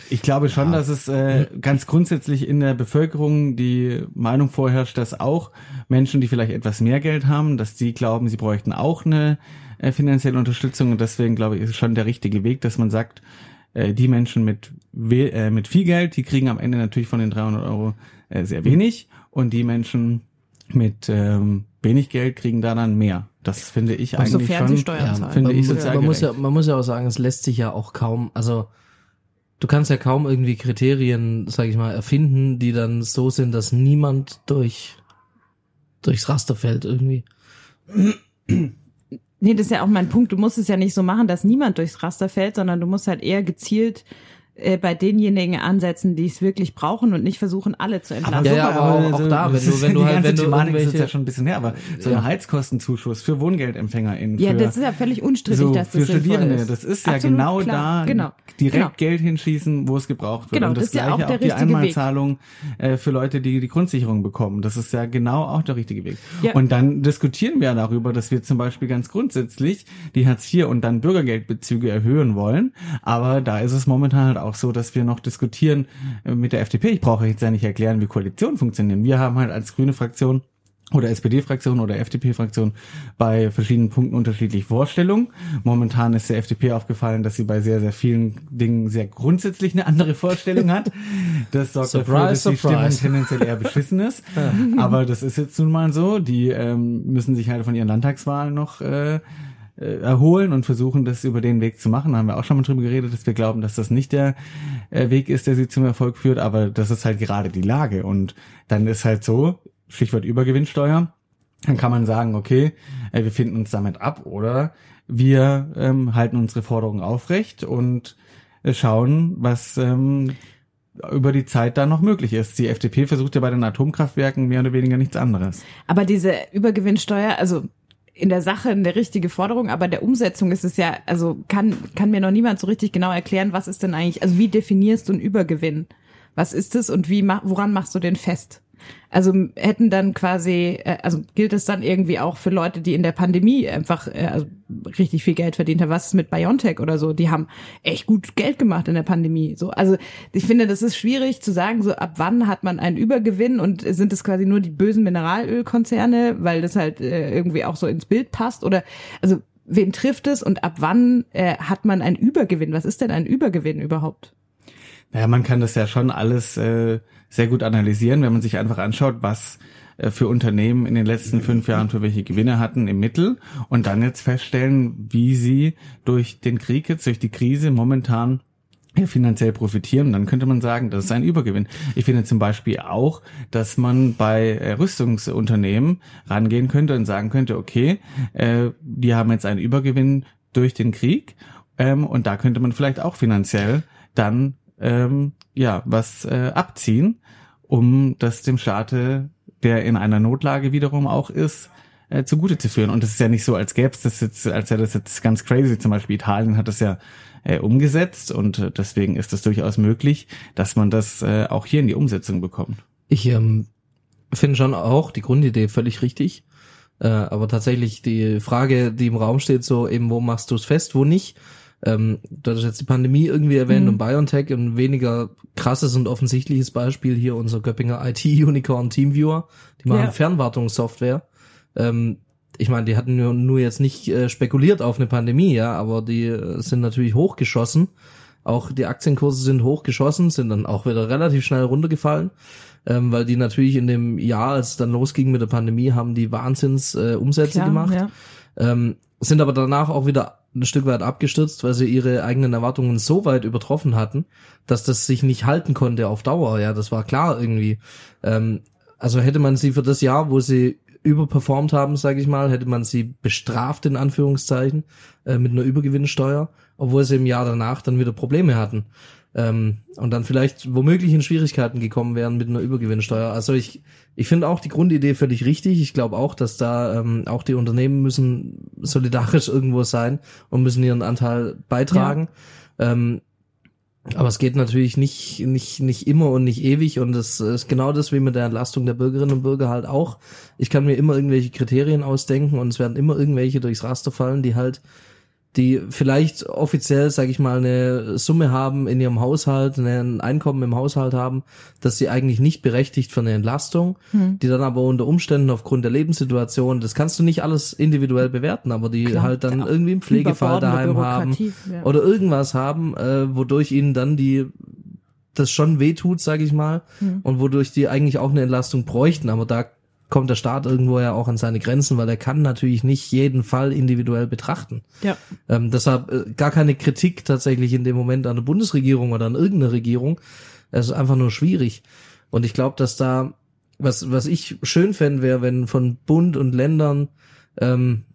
Ich glaube schon, ja. dass es äh, ganz grundsätzlich in der Bevölkerung die Meinung vorherrscht, dass auch Menschen, die vielleicht etwas mehr Geld haben, dass die glauben, sie bräuchten auch eine äh, finanzielle Unterstützung. Und deswegen, glaube ich, ist es schon der richtige Weg, dass man sagt, äh, die Menschen mit we- äh, mit viel Geld, die kriegen am Ende natürlich von den dreihundert Euro äh, sehr wenig. Und die Menschen mit ähm, wenig Geld kriegen da dann mehr. Das finde ich eigentlich sofern schon, sie Steuern ja, zahlen. finde man, ich muss, sozial man muss gerecht. ja, man muss ja auch sagen, es lässt sich ja auch kaum, also du kannst ja kaum irgendwie Kriterien, sag ich mal, erfinden, die dann so sind, dass niemand durch durchs Raster fällt irgendwie. Nee, das ist ja auch mein Punkt. Du musst es ja nicht so machen, dass niemand durchs Raster fällt, sondern du musst halt eher gezielt äh, bei denjenigen ansetzen, die es wirklich brauchen und nicht versuchen, alle zu entlasten. Ja, ja, aber auch, auch da, wenn du, wenn du halt, wenn du Thematik irgendwelche, ist ja schon ein bisschen her, aber so ein Ja. Heizkostenzuschuss für WohngeldempfängerInnen. Ja, für, das ist ja völlig unstrittig, so, dass das für sinnvoll Studierende, ist. das ist ja Absolut, genau klar. da Genau. direkt Genau. Geld hinschießen, wo es gebraucht wird. Genau, und das, das ist ja gleiche auch der die richtige Weg. Einmalzahlung äh, für Leute, die die Grundsicherung bekommen. Das ist ja genau auch der richtige Weg. Ja. Und dann diskutieren wir darüber, dass wir zum Beispiel ganz grundsätzlich die Hartz vier und dann Bürgergeldbezüge erhöhen wollen. Aber da ist es momentan halt auch so, dass wir noch diskutieren mit der F D P. Ich brauche jetzt ja nicht erklären, wie Koalitionen funktionieren. Wir haben halt als grüne Fraktion oder S P D-Fraktion oder F D P-Fraktion bei verschiedenen Punkten unterschiedliche Vorstellungen. Momentan ist der F D P aufgefallen, dass sie bei sehr, sehr vielen Dingen sehr grundsätzlich eine andere Vorstellung hat. Das sorgt Surprise, dafür, dass die surprise. Stimmung tendenziell eher beschissen ist. Aber das ist jetzt nun mal so. Die ähm, müssen sich halt von ihren Landtagswahlen noch äh, erholen und versuchen, das über den Weg zu machen. Da haben wir auch schon mal drüber geredet, dass wir glauben, dass das nicht der äh, Weg ist, der sie zum Erfolg führt, aber das ist halt gerade die Lage. Und dann ist halt so, Stichwort Übergewinnsteuer, dann kann man sagen, okay, äh, wir finden uns damit ab oder wir ähm, halten unsere Forderungen aufrecht und äh, schauen, was ähm, über die Zeit da noch möglich ist. Die F D P versucht ja bei den Atomkraftwerken mehr oder weniger nichts anderes. Aber diese Übergewinnsteuer, also in der Sache eine richtige Forderung, aber der Umsetzung ist es ja, also kann kann mir noch niemand so richtig genau erklären, was ist denn eigentlich, also wie definierst du einen Übergewinn? Was ist es und wie woran machst du den fest? Also hätten dann quasi, also gilt es dann irgendwie auch für Leute, die in der Pandemie einfach also richtig viel Geld verdient haben. Was ist mit BioNTech oder so? Die haben echt gut Geld gemacht in der Pandemie. So, also ich finde, das ist schwierig zu sagen, so ab wann hat man einen Übergewinn und sind es quasi nur die bösen Mineralölkonzerne, weil das halt äh, irgendwie auch so ins Bild passt oder also wen trifft es und ab wann äh, hat man einen Übergewinn? Was ist denn ein Übergewinn überhaupt? Naja, man kann das ja schon alles äh, sehr gut analysieren, wenn man sich einfach anschaut, was äh, für Unternehmen in den letzten fünf Jahren für welche Gewinne hatten im Mittel und dann jetzt feststellen, wie sie durch den Krieg jetzt, durch die Krise momentan äh, finanziell profitieren. Dann könnte man sagen, das ist ein Übergewinn. Ich finde zum Beispiel auch, dass man bei äh, Rüstungsunternehmen rangehen könnte und sagen könnte, okay, äh, die haben jetzt einen Übergewinn durch den Krieg ähm, und da könnte man vielleicht auch finanziell dann ähm, ja was äh, abziehen, um das dem Staate, der in einer Notlage wiederum auch ist, äh, zugute zu führen. Und es ist ja nicht so, als gäbe es das jetzt, als wäre das jetzt ganz crazy. Zum Beispiel Italien hat das ja äh, umgesetzt und äh, deswegen ist es durchaus möglich, dass man das äh, auch hier in die Umsetzung bekommt. Ich ähm, finde schon auch die Grundidee völlig richtig, äh, aber tatsächlich die Frage, die im Raum steht, so eben, wo machst du es fest, wo nicht? Ähm, du hast jetzt die Pandemie irgendwie erwähnt Mhm. und BioNTech, ein weniger krasses und offensichtliches Beispiel hier unser Göppinger I T-Unicorn Teamviewer, die machen Ja. Fernwartungssoftware. Ähm, ich meine, die hatten nur, nur jetzt nicht äh, spekuliert auf eine Pandemie, ja, aber die äh, sind natürlich hochgeschossen. Auch die Aktienkurse sind hochgeschossen, sind dann auch wieder relativ schnell runtergefallen, ähm, weil die natürlich in dem Jahr, als es dann losging mit der Pandemie, haben die Wahnsinns äh, Umsätze Klar, gemacht. ja. Ähm, sind aber danach auch wieder ein Stück weit abgestürzt, weil sie ihre eigenen Erwartungen so weit übertroffen hatten, dass das sich nicht halten konnte auf Dauer. Ja, das war klar irgendwie. Ähm, also hätte man sie für das Jahr, wo sie überperformt haben, sage ich mal, hätte man sie bestraft in Anführungszeichen äh, mit einer Übergewinnsteuer, obwohl sie im Jahr danach dann wieder Probleme hatten. Ähm, und dann vielleicht womöglich in Schwierigkeiten gekommen wären mit einer Übergewinnsteuer. Also ich ich finde auch die Grundidee völlig richtig. Ich glaube auch, dass da ähm, auch die Unternehmen müssen solidarisch irgendwo sein und müssen ihren Anteil beitragen. Ja. Ähm, aber es geht natürlich nicht nicht nicht immer und nicht ewig und das ist genau das wie mit der Entlastung der Bürgerinnen und Bürger halt auch. Ich kann mir immer irgendwelche Kriterien ausdenken und es werden immer irgendwelche durchs Raster fallen, die halt die vielleicht offiziell, sage ich mal, eine Summe haben in ihrem Haushalt, ein Einkommen im Haushalt haben, dass sie eigentlich nicht berechtigt für eine Entlastung, hm. die dann aber unter Umständen aufgrund der Lebenssituation, das kannst du nicht alles individuell bewerten, aber die Klar, halt dann irgendwie einen Pflegefall daheim haben ja. oder irgendwas haben, äh, wodurch ihnen dann die das schon wehtut, sage ich mal, hm. und wodurch die eigentlich auch eine Entlastung bräuchten, aber da kommt der Staat irgendwo ja auch an seine Grenzen, weil er kann natürlich nicht jeden Fall individuell betrachten. Ja. Ähm, deshalb äh, gar keine Kritik tatsächlich in dem Moment an der Bundesregierung oder an irgendeiner Regierung. Es ist einfach nur schwierig. Und ich glaube, dass da, was was ich schön fände, wäre, wenn von Bund und Ländern, ähm,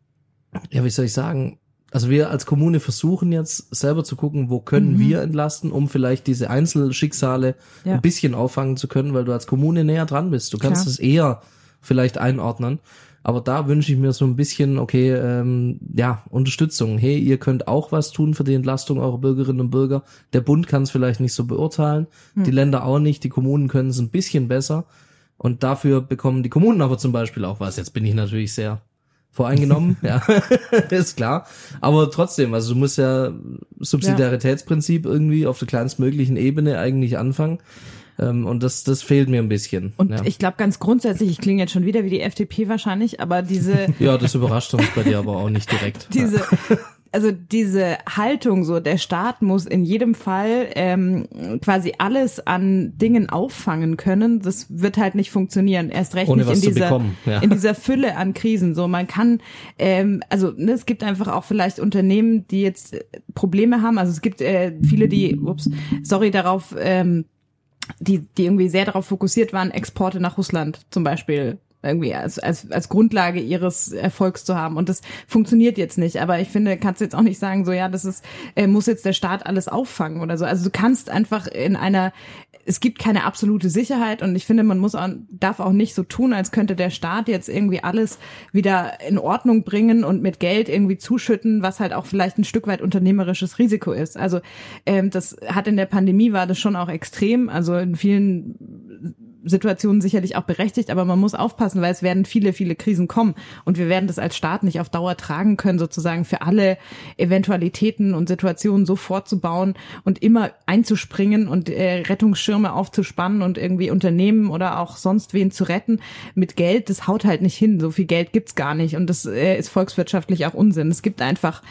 ja, wie soll ich sagen, also wir als Kommune versuchen jetzt selber zu gucken, wo können mhm. wir entlasten, um vielleicht diese Einzelschicksale ja. ein bisschen auffangen zu können, weil du als Kommune näher dran bist. Du kannst es eher vielleicht einordnen. Aber da wünsche ich mir so ein bisschen, okay, ähm, ja, Unterstützung. Hey, ihr könnt auch was tun für die Entlastung eurer Bürgerinnen und Bürger. Der Bund kann es vielleicht nicht so beurteilen, mhm. die Länder auch nicht, die Kommunen können es ein bisschen besser. Und dafür bekommen die Kommunen aber zum Beispiel auch was. Jetzt bin ich natürlich sehr voreingenommen, ja, ist klar. Aber trotzdem, also du musst ja Subsidiaritätsprinzip irgendwie auf der kleinstmöglichen Ebene eigentlich anfangen. Ähm, und das das fehlt mir ein bisschen. Und ja. ich glaube ganz grundsätzlich, ich klinge jetzt schon wieder wie die F D P wahrscheinlich, aber diese... ja, das überrascht uns bei dir aber auch nicht direkt. diese... Also diese Haltung, so der Staat muss in jedem Fall ähm, quasi alles an Dingen auffangen können, das wird halt nicht funktionieren. Erst recht Ohne nicht was in dieser bekommen, ja. in dieser Fülle an Krisen. So man kann, ähm, also ne, es gibt einfach auch vielleicht Unternehmen, die jetzt Probleme haben. Also es gibt äh, viele, die, ups, sorry darauf, ähm, die die irgendwie sehr darauf fokussiert waren, Exporte nach Russland zum Beispiel irgendwie als, als, als Grundlage ihres Erfolgs zu haben. Und das funktioniert jetzt nicht. Aber ich finde, kannst du jetzt auch nicht sagen, so, ja, das ist, äh, muss jetzt der Staat alles auffangen oder so. Also du kannst einfach in einer, es gibt keine absolute Sicherheit und ich finde, man muss auch, darf auch nicht so tun, als könnte der Staat jetzt irgendwie alles wieder in Ordnung bringen und mit Geld irgendwie zuschütten, was halt auch vielleicht ein Stück weit unternehmerisches Risiko ist. Also, ähm, das hat in der Pandemie war das schon auch extrem. Also in vielen Situationen sicherlich auch berechtigt, aber man muss aufpassen, weil es werden viele, viele Krisen kommen und wir werden das als Staat nicht auf Dauer tragen können, sozusagen für alle Eventualitäten und Situationen so vorzubauen und immer einzuspringen und äh, Rettungsschirme aufzuspannen und irgendwie Unternehmen oder auch sonst wen zu retten mit Geld, das haut halt nicht hin. So viel Geld gibt's gar nicht und das äh, ist volkswirtschaftlich auch Unsinn. Es gibt einfach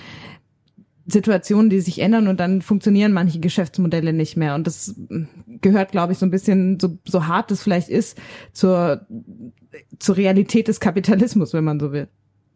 Situationen, die sich ändern und dann funktionieren manche Geschäftsmodelle nicht mehr. Und das gehört, glaube ich, so ein bisschen, so, so hart es vielleicht ist, zur, zur Realität des Kapitalismus, wenn man so will.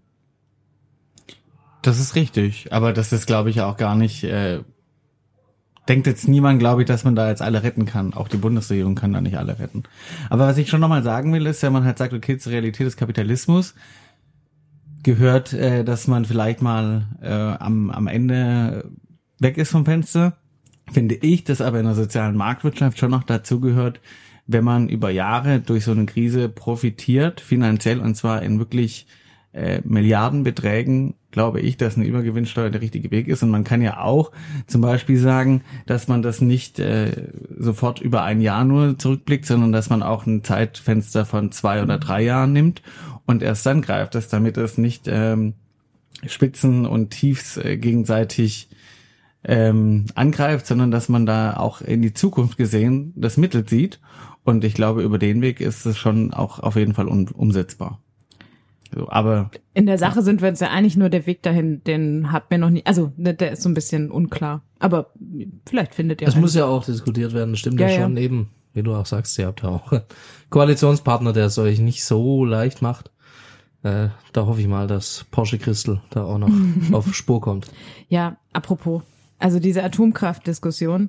Das ist richtig. Aber das ist, glaube ich, auch gar nicht, äh, denkt jetzt niemand, glaube ich, dass man da jetzt alle retten kann. Auch die Bundesregierung kann da nicht alle retten. Aber was ich schon nochmal sagen will, ist, wenn man halt sagt, okay, zur Realität des Kapitalismus gehört, äh, dass man vielleicht mal äh, am, am Ende weg ist vom Fenster, finde ich, dass aber in der sozialen Marktwirtschaft schon noch dazu gehört, wenn man über Jahre durch so eine Krise profitiert, finanziell, und zwar in wirklich äh, Milliardenbeträgen, glaube ich, dass eine Übergewinnsteuer der richtige Weg ist. Und man kann ja auch zum Beispiel sagen, dass man das nicht äh, sofort über ein Jahr nur zurückblickt, sondern dass man auch ein Zeitfenster von zwei oder drei Jahren nimmt und erst dann greift es, damit es nicht ähm, Spitzen und Tiefs äh, gegenseitig ähm, angreift, sondern dass man da auch in die Zukunft gesehen das Mittel sieht. Und ich glaube, über den Weg ist es schon auch auf jeden Fall un- umsetzbar. So, aber in der Sache sind wir uns ja eigentlich nur der Weg dahin, den hat mir noch nie, also der ist so ein bisschen unklar. Aber vielleicht findet ihr. Es muss ja auch diskutiert werden, stimmt ja, ja schon ja. Eben, wie du auch sagst, ihr habt ja auch einen Koalitionspartner, der es euch nicht so leicht macht. Äh, da hoffe ich mal, dass Porsche Christel da auch noch auf Spur kommt. Ja, apropos, also diese Atomkraftdiskussion.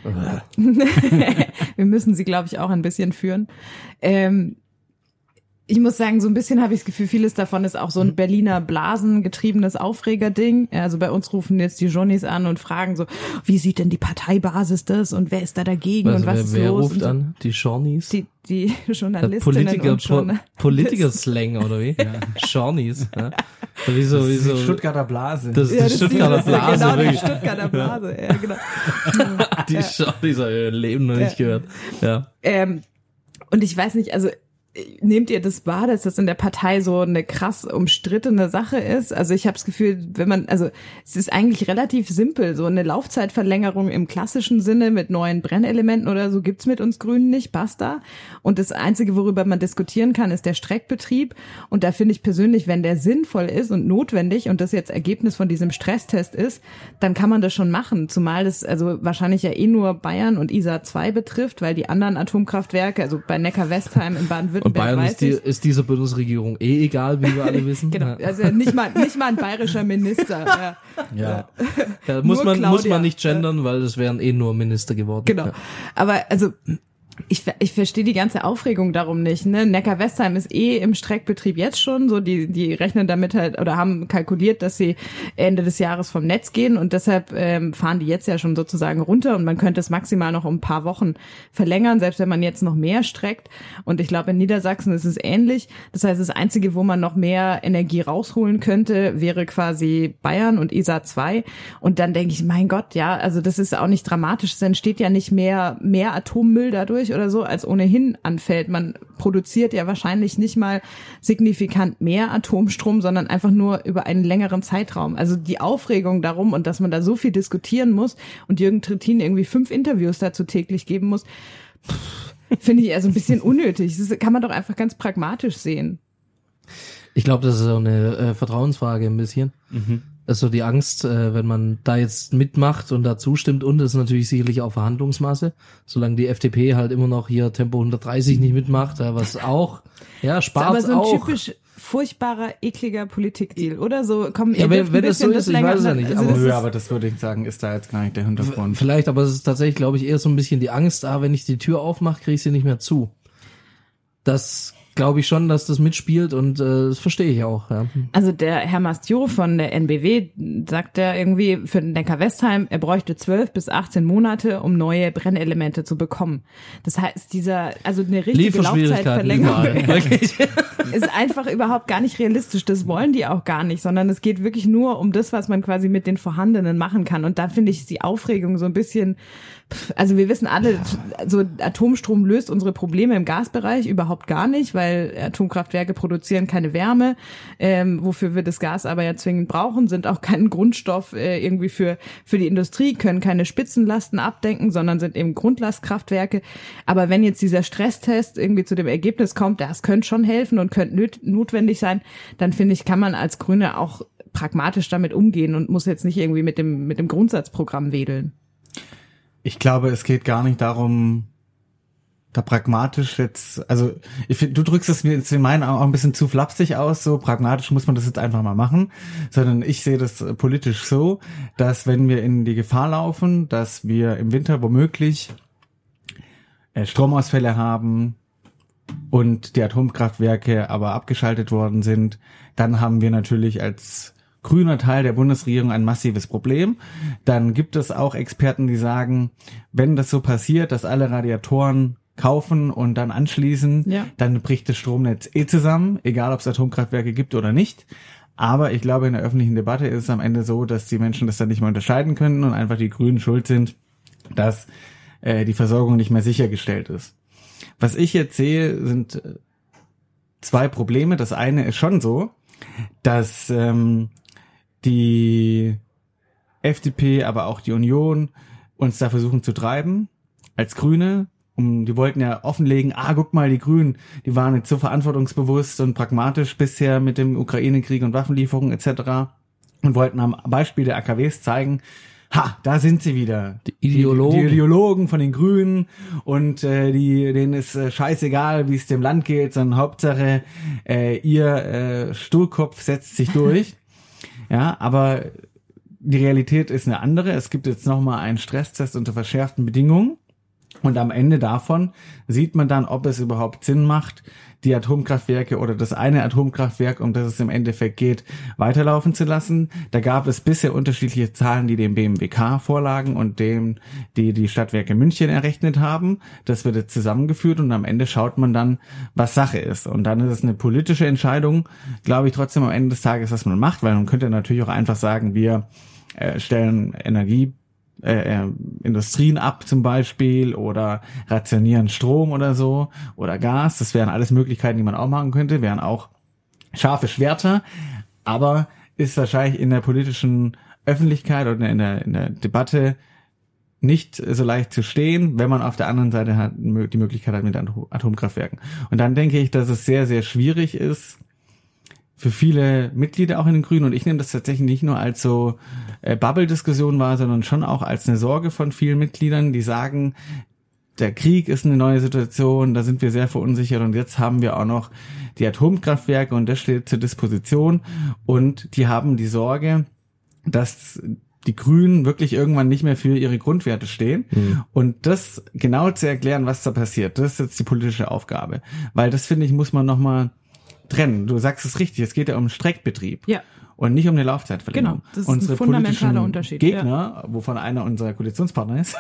Wir müssen sie, glaube ich, auch ein bisschen führen. Ähm, Ich muss sagen, so ein bisschen habe ich das Gefühl, vieles davon ist auch so ein Berliner blasengetriebenes Aufregerding. Also bei uns rufen jetzt die Journeys an und fragen so, wie sieht denn die Parteibasis das und wer ist da dagegen also und was wer, ist wer los? ruft an? Die Journeys? Die, die Journalistinnen Politiker, und Journalisten. po, Politiker-Slang, oder wie? Ja. Journeys. Ja. Wieso, wieso? Die Stuttgarter Blase. Das ist ja, die das Stuttgarter ist, Blase. Genau, wirklich. die Stuttgarter Blase. Ja, genau. Die ja. Journeys habe ich im Leben noch nicht ja. gehört. Ja. Ähm, und ich weiß nicht, also nehmt ihr das wahr, dass das in der Partei so eine krass umstrittene Sache ist? Also ich habe das Gefühl, wenn man, also es ist eigentlich relativ simpel, so eine Laufzeitverlängerung im klassischen Sinne mit neuen Brennelementen oder so gibt's mit uns Grünen nicht, basta. Und das Einzige, worüber man diskutieren kann, ist der Streckbetrieb. Und da finde ich persönlich, wenn der sinnvoll ist und notwendig und das jetzt Ergebnis von diesem Stresstest ist, dann kann man das schon machen. Zumal das also wahrscheinlich ja eh nur Bayern und I S A zwei betrifft, weil die anderen Atomkraftwerke, also bei Neckar-Westheim in Baden-Württemberg, Und Bayern ist, die, ist dieser Bundesregierung eh egal, wie wir alle wissen. Genau, also nicht mal, nicht mal ein bayerischer Minister. Ja. Ja. Ja, muss man, muss man nicht gendern, weil das wären eh nur Minister geworden. Genau. Ja. Aber also, ich, ich verstehe die ganze Aufregung darum nicht. Ne? Neckar-Westheim ist eh im Streckbetrieb jetzt schon so. Die, die rechnen damit halt oder haben kalkuliert, dass sie Ende des Jahres vom Netz gehen und deshalb ähm, fahren die jetzt ja schon sozusagen runter und man könnte es maximal noch um ein paar Wochen verlängern, selbst wenn man jetzt noch mehr streckt. Und ich glaube, in Niedersachsen ist es ähnlich. Das heißt, das Einzige, wo man noch mehr Energie rausholen könnte, wäre quasi Bayern und I S A zwei. Und dann denke ich, mein Gott, ja, also das ist auch nicht dramatisch. Es entsteht ja nicht mehr, mehr Atommüll dadurch oder so, als ohnehin anfällt. Man produziert ja wahrscheinlich nicht mal signifikant mehr Atomstrom, sondern einfach nur über einen längeren Zeitraum. Also die Aufregung darum und dass man da so viel diskutieren muss und Jürgen Trittin irgendwie fünf Interviews dazu täglich geben muss, finde ich also ein bisschen unnötig. Das kann man doch einfach ganz pragmatisch sehen. Ich glaube, das ist so eine äh, Vertrauensfrage ein bisschen. Mhm. Das ist so die Angst, äh, wenn man da jetzt mitmacht und da zustimmt, und das ist natürlich sicherlich auch Verhandlungsmasse, solange die F D P halt immer noch hier Tempo hundertdreißig nicht mitmacht, äh, was auch, ja, spart das ist aber so ein auch. Typisch furchtbarer, ekliger Politikdeal, oder? So, komm, ja, wenn, wenn das so ist, ich weiß es ja nicht. Aber, aber, nö, aber das würde ich sagen, ist da jetzt gar nicht der Hintergrund. Vielleicht, aber es ist tatsächlich, glaube ich, eher so ein bisschen die Angst, ah, wenn ich die Tür aufmache, kriege ich sie nicht mehr zu. Das glaube ich schon, dass das mitspielt und äh, das verstehe ich auch. Ja. Also der Herr Mastio von der N B W sagt ja irgendwie für den Neckar-Westheim, er bräuchte zwölf bis achtzehn Monate, um neue Brennelemente zu bekommen. Das heißt, dieser, also eine richtige Laufzeitverlängerung ist einfach überhaupt gar nicht realistisch. Das wollen die auch gar nicht, sondern es geht wirklich nur um das, was man quasi mit den Vorhandenen machen kann. Und da finde ich die Aufregung so ein bisschen, also wir wissen alle, so Atomstrom löst unsere Probleme im Gasbereich überhaupt gar nicht, weil Atomkraftwerke produzieren keine Wärme, ähm, wofür wir das Gas aber ja zwingend brauchen, sind auch kein Grundstoff äh, irgendwie für für die Industrie, können keine Spitzenlasten abdenken, sondern sind eben Grundlastkraftwerke. Aber wenn jetzt dieser Stresstest irgendwie zu dem Ergebnis kommt, das könnte schon helfen und könnte nöt- notwendig sein, dann finde ich, kann man als Grüne auch pragmatisch damit umgehen und muss jetzt nicht irgendwie mit dem mit dem Grundsatzprogramm wedeln. Ich glaube, es geht gar nicht darum, da pragmatisch jetzt, also ich find, du drückst es mir jetzt in meinen Augen auch ein bisschen zu flapsig aus, so pragmatisch muss man das jetzt einfach mal machen, sondern ich sehe das politisch so, dass wenn wir in die Gefahr laufen, dass wir im Winter womöglich äh, Stromausfälle haben und die Atomkraftwerke aber abgeschaltet worden sind, dann haben wir natürlich als grüner Teil der Bundesregierung ein massives Problem. Dann gibt es auch Experten, die sagen, wenn das so passiert, dass alle Radiatoren kaufen und dann anschließen, ja, dann bricht das Stromnetz eh zusammen, egal ob es Atomkraftwerke gibt oder nicht. Aber ich glaube, in der öffentlichen Debatte ist es am Ende so, dass die Menschen das dann nicht mehr unterscheiden können und einfach die Grünen schuld sind, dass äh, die Versorgung nicht mehr sichergestellt ist. Was ich jetzt sehe, sind zwei Probleme. Das eine ist schon so, dass ähm, die F D P, aber auch die Union uns da versuchen zu treiben, als Grüne. Um, die wollten ja offenlegen, ah, guck mal, die Grünen, die waren jetzt so verantwortungsbewusst und pragmatisch bisher mit dem Ukraine-Krieg und Waffenlieferungen et cetera und wollten am Beispiel der A K Ws zeigen, ha, da sind sie wieder. Die Ideologen. Die, die Ideologen von den Grünen und äh, die, denen ist äh, scheißegal, wie es dem Land geht, sondern Hauptsache, äh, ihr äh, Stuhlkopf setzt sich durch. Ja, aber die Realität ist eine andere. Es gibt jetzt nochmal einen Stresstest unter verschärften Bedingungen. Und am Ende davon sieht man dann, ob es überhaupt Sinn macht, die Atomkraftwerke oder das eine Atomkraftwerk, um das es im Endeffekt geht, weiterlaufen zu lassen. Da gab es bisher unterschiedliche Zahlen, die dem B M W K vorlagen und dem, die die Stadtwerke München errechnet haben. Das wird jetzt zusammengeführt und am Ende schaut man dann, was Sache ist. Und dann ist es eine politische Entscheidung, glaube ich, trotzdem am Ende des Tages, was man macht, weil man könnte natürlich auch einfach sagen, wir äh, stellen Energie äh, Industrien ab zum Beispiel oder rationieren Strom oder so oder Gas. Das wären alles Möglichkeiten, die man auch machen könnte, wären auch scharfe Schwerter, aber ist wahrscheinlich in der politischen Öffentlichkeit oder in der, in der Debatte nicht so leicht zu stehen, wenn man auf der anderen Seite hat, die Möglichkeit hat mit Atomkraftwerken. Und dann denke ich, dass es sehr, sehr schwierig ist für viele Mitglieder auch in den Grünen, und ich nehme das tatsächlich nicht nur als so äh, Bubble-Diskussion wahr, sondern schon auch als eine Sorge von vielen Mitgliedern, die sagen, der Krieg ist eine neue Situation, da sind wir sehr verunsichert und jetzt haben wir auch noch die Atomkraftwerke und das steht zur Disposition, und die haben die Sorge, dass die Grünen wirklich irgendwann nicht mehr für ihre Grundwerte stehen. Mhm. Und das genau zu erklären, was da passiert, das ist jetzt die politische Aufgabe. Weil das, finde ich, muss man nochmal trennen. Du sagst es richtig, es geht ja um Streckbetrieb. Ja. Und nicht um eine Laufzeitverlängerung. Genau, das ist Unsere ein fundamentaler Unterschied. Gegner, ja. wovon einer unserer Koalitionspartner ist,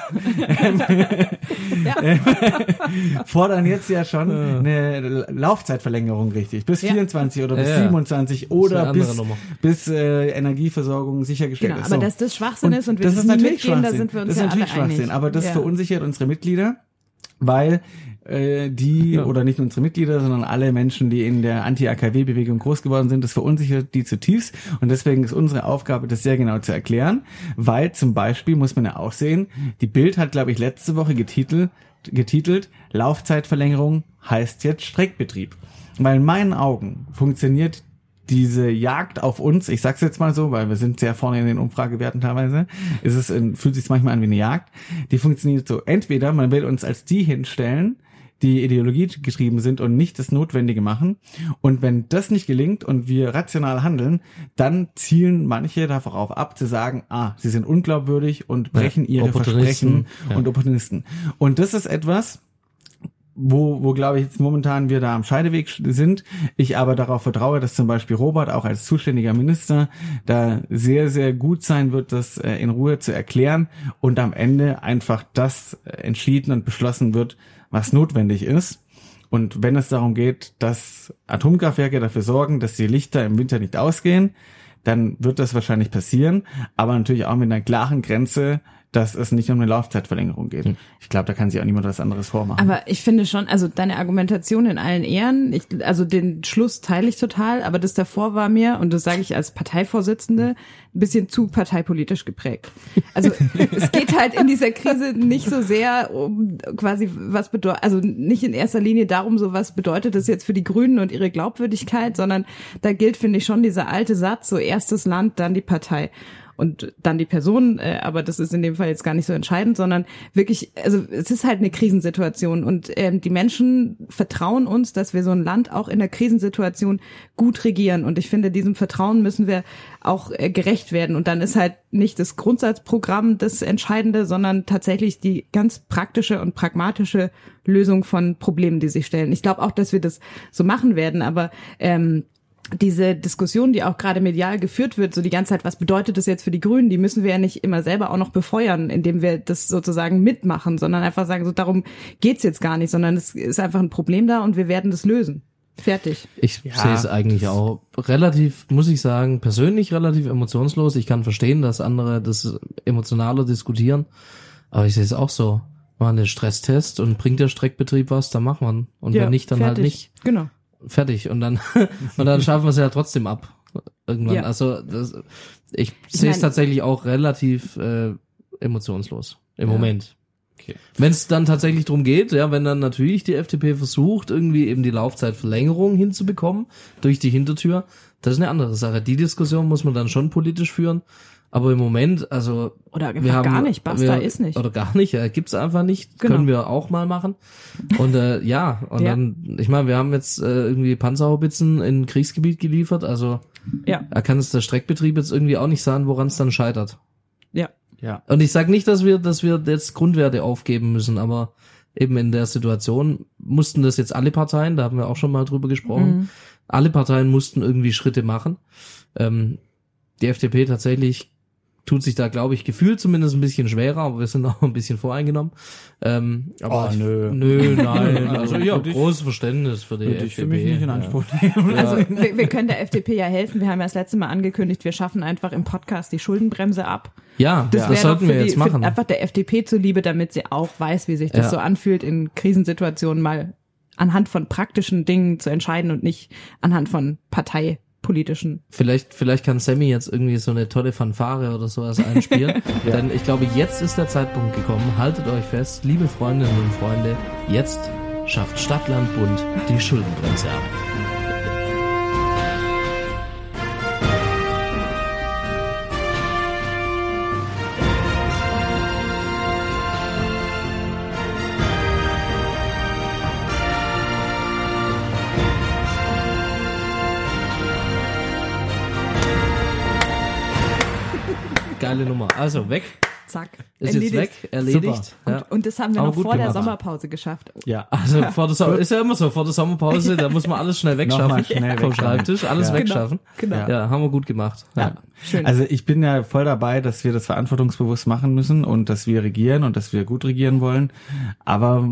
fordern jetzt ja schon eine Laufzeitverlängerung, richtig, bis ja. vierundzwanzig oder bis ja, ja. siebenundzwanzig oder bis, bis äh, Energieversorgung sichergestellt genau, ist. Aber so. Dass das Schwachsinn und ist und wir das ist natürlich mitgehen, da sind wir uns das ja ist natürlich alle Schwachsinn, einig. Aber das ja. verunsichert unsere Mitglieder, weil die, ja. oder nicht nur unsere Mitglieder, sondern alle Menschen, die in der Anti-A K W-Bewegung groß geworden sind, das verunsichert die zutiefst, und deswegen ist unsere Aufgabe, das sehr genau zu erklären, weil zum Beispiel, muss man ja auch sehen, die Bild hat, glaube ich, letzte Woche getitelt, getitelt, Laufzeitverlängerung heißt jetzt Streckbetrieb. Weil in meinen Augen funktioniert diese Jagd auf uns, ich sag's jetzt mal so, weil wir sind sehr vorne in den Umfragewerten teilweise, ist es, fühlt sich manchmal an wie eine Jagd, die funktioniert so, entweder man will uns als die hinstellen, die ideologiegetrieben sind und nicht das Notwendige machen. Und wenn das nicht gelingt und wir rational handeln, dann zielen manche darauf ab, zu sagen, ah, sie sind unglaubwürdig und brechen ja, ihre Versprechen ja. und Opportunisten. Und das ist etwas, wo, wo glaube ich jetzt momentan wir da am Scheideweg sind. Ich aber darauf vertraue, dass zum Beispiel Robert auch als zuständiger Minister da sehr, sehr gut sein wird, das äh, in Ruhe zu erklären und am Ende einfach das äh, entschieden und beschlossen wird, was notwendig ist. Und wenn es darum geht, dass Atomkraftwerke dafür sorgen, dass die Lichter im Winter nicht ausgehen, dann wird das wahrscheinlich passieren, aber natürlich auch mit einer klaren Grenze, dass es nicht um eine Laufzeitverlängerung geht. Hm. Ich glaube, da kann sich auch niemand was anderes vormachen. Aber ich finde schon, also deine Argumentation in allen Ehren, ich, also den Schluss teile ich total, aber das davor war mir, und das sage ich als Parteivorsitzende, ein bisschen zu parteipolitisch geprägt. Also es geht halt in dieser Krise nicht so sehr um quasi was bedeutet, also nicht in erster Linie darum, so was bedeutet das jetzt für die Grünen und ihre Glaubwürdigkeit, sondern da gilt, finde ich, schon dieser alte Satz, so erstes Land, dann die Partei. Und dann die Person, äh, aber das ist in dem Fall jetzt gar nicht so entscheidend, sondern wirklich, also es ist halt eine Krisensituation und ähm, die Menschen vertrauen uns, dass wir so ein Land auch in der Krisensituation gut regieren, und ich finde, diesem Vertrauen müssen wir auch äh, gerecht werden, und dann ist halt nicht das Grundsatzprogramm das Entscheidende, sondern tatsächlich die ganz praktische und pragmatische Lösung von Problemen, die sich stellen. Ich glaube auch, dass wir das so machen werden, aber ähm, diese Diskussion, die auch gerade medial geführt wird, so die ganze Zeit, was bedeutet das jetzt für die Grünen, die müssen wir ja nicht immer selber auch noch befeuern, indem wir das sozusagen mitmachen, sondern einfach sagen, so darum geht's jetzt gar nicht, sondern es ist einfach ein Problem da und wir werden das lösen. Fertig. Ich ja. sehe es eigentlich auch relativ, muss ich sagen, persönlich relativ emotionslos. Ich kann verstehen, dass andere das emotionaler diskutieren, aber ich sehe es auch so. Machen den Stresstest und bringt der Streckbetrieb was, dann machen wir ihn. Und ja, wenn nicht, dann fertig. halt nicht. Genau. Fertig, und dann und dann schaffen wir es ja trotzdem ab irgendwann. Ja. Also das, ich, ich sehe es tatsächlich auch relativ äh, emotionslos im ja. Moment. Okay. Wenn es dann tatsächlich drum geht, ja, wenn dann natürlich die F D P versucht, irgendwie eben die Laufzeitverlängerung hinzubekommen durch die Hintertür, das ist eine andere Sache. Die Diskussion muss man dann schon politisch führen. Aber im Moment, also oder wir haben, gar nicht, basta wir, ist nicht. Oder gar nicht, ja, gibt's einfach nicht. Genau. Können wir auch mal machen. Und äh, ja, und ja. dann, ich meine, wir haben jetzt äh, irgendwie Panzerhaubitzen in ein Kriegsgebiet geliefert, also ja. da kann es der Streckbetrieb jetzt irgendwie auch nicht sagen, woran es dann scheitert. Ja. Ja. Und ich sage nicht, dass wir, dass wir jetzt Grundwerte aufgeben müssen, aber eben in der Situation mussten das jetzt alle Parteien, da haben wir auch schon mal drüber gesprochen, mhm. alle Parteien mussten irgendwie Schritte machen. Ähm, die F D P tatsächlich tut sich da, glaube ich, gefühlt zumindest ein bisschen schwerer, aber wir sind auch ein bisschen voreingenommen. Ähm, aber Oh, ich, nö. Nö, nein. Also ich habe Würde ich- großes Verständnis für die Würde F D P. ich für mich nicht in Anspruch nehmen. Also wir, wir können der F D P ja helfen. Wir haben ja das letzte Mal angekündigt, wir schaffen einfach im Podcast die Schuldenbremse ab. Ja, Das, das wäre sollten doch für wir die, jetzt machen. Für einfach der F D P zuliebe, damit sie auch weiß, wie sich das Ja. so anfühlt, in Krisensituationen mal anhand von praktischen Dingen zu entscheiden und nicht anhand von parteipolitischen. Vielleicht, vielleicht kann Sammy jetzt irgendwie so eine tolle Fanfare oder sowas einspielen. Denn ich glaube, jetzt ist der Zeitpunkt gekommen. Haltet euch fest, liebe Freundinnen und Freunde, jetzt schafft Stadt, Land, Bund die Schuldenbremse ab. Geile Nummer. Also weg. Zack. Ist jetzt weg, erledigt. Ja. Und das haben wir Aber noch gut vor der gemacht. Sommerpause geschafft. Ja. Also vor der Sommer, ist ja immer so, vor der Sommerpause, da muss man alles schnell wegschaffen. Nochmal schnell vom wegschaffen. Schreibtisch, alles Ja. wegschaffen. Genau, genau. Ja, haben wir gut gemacht. Ja. Ja, schön. Also ich bin ja voll dabei, dass wir das verantwortungsbewusst machen müssen und dass wir regieren und dass wir gut regieren wollen. Aber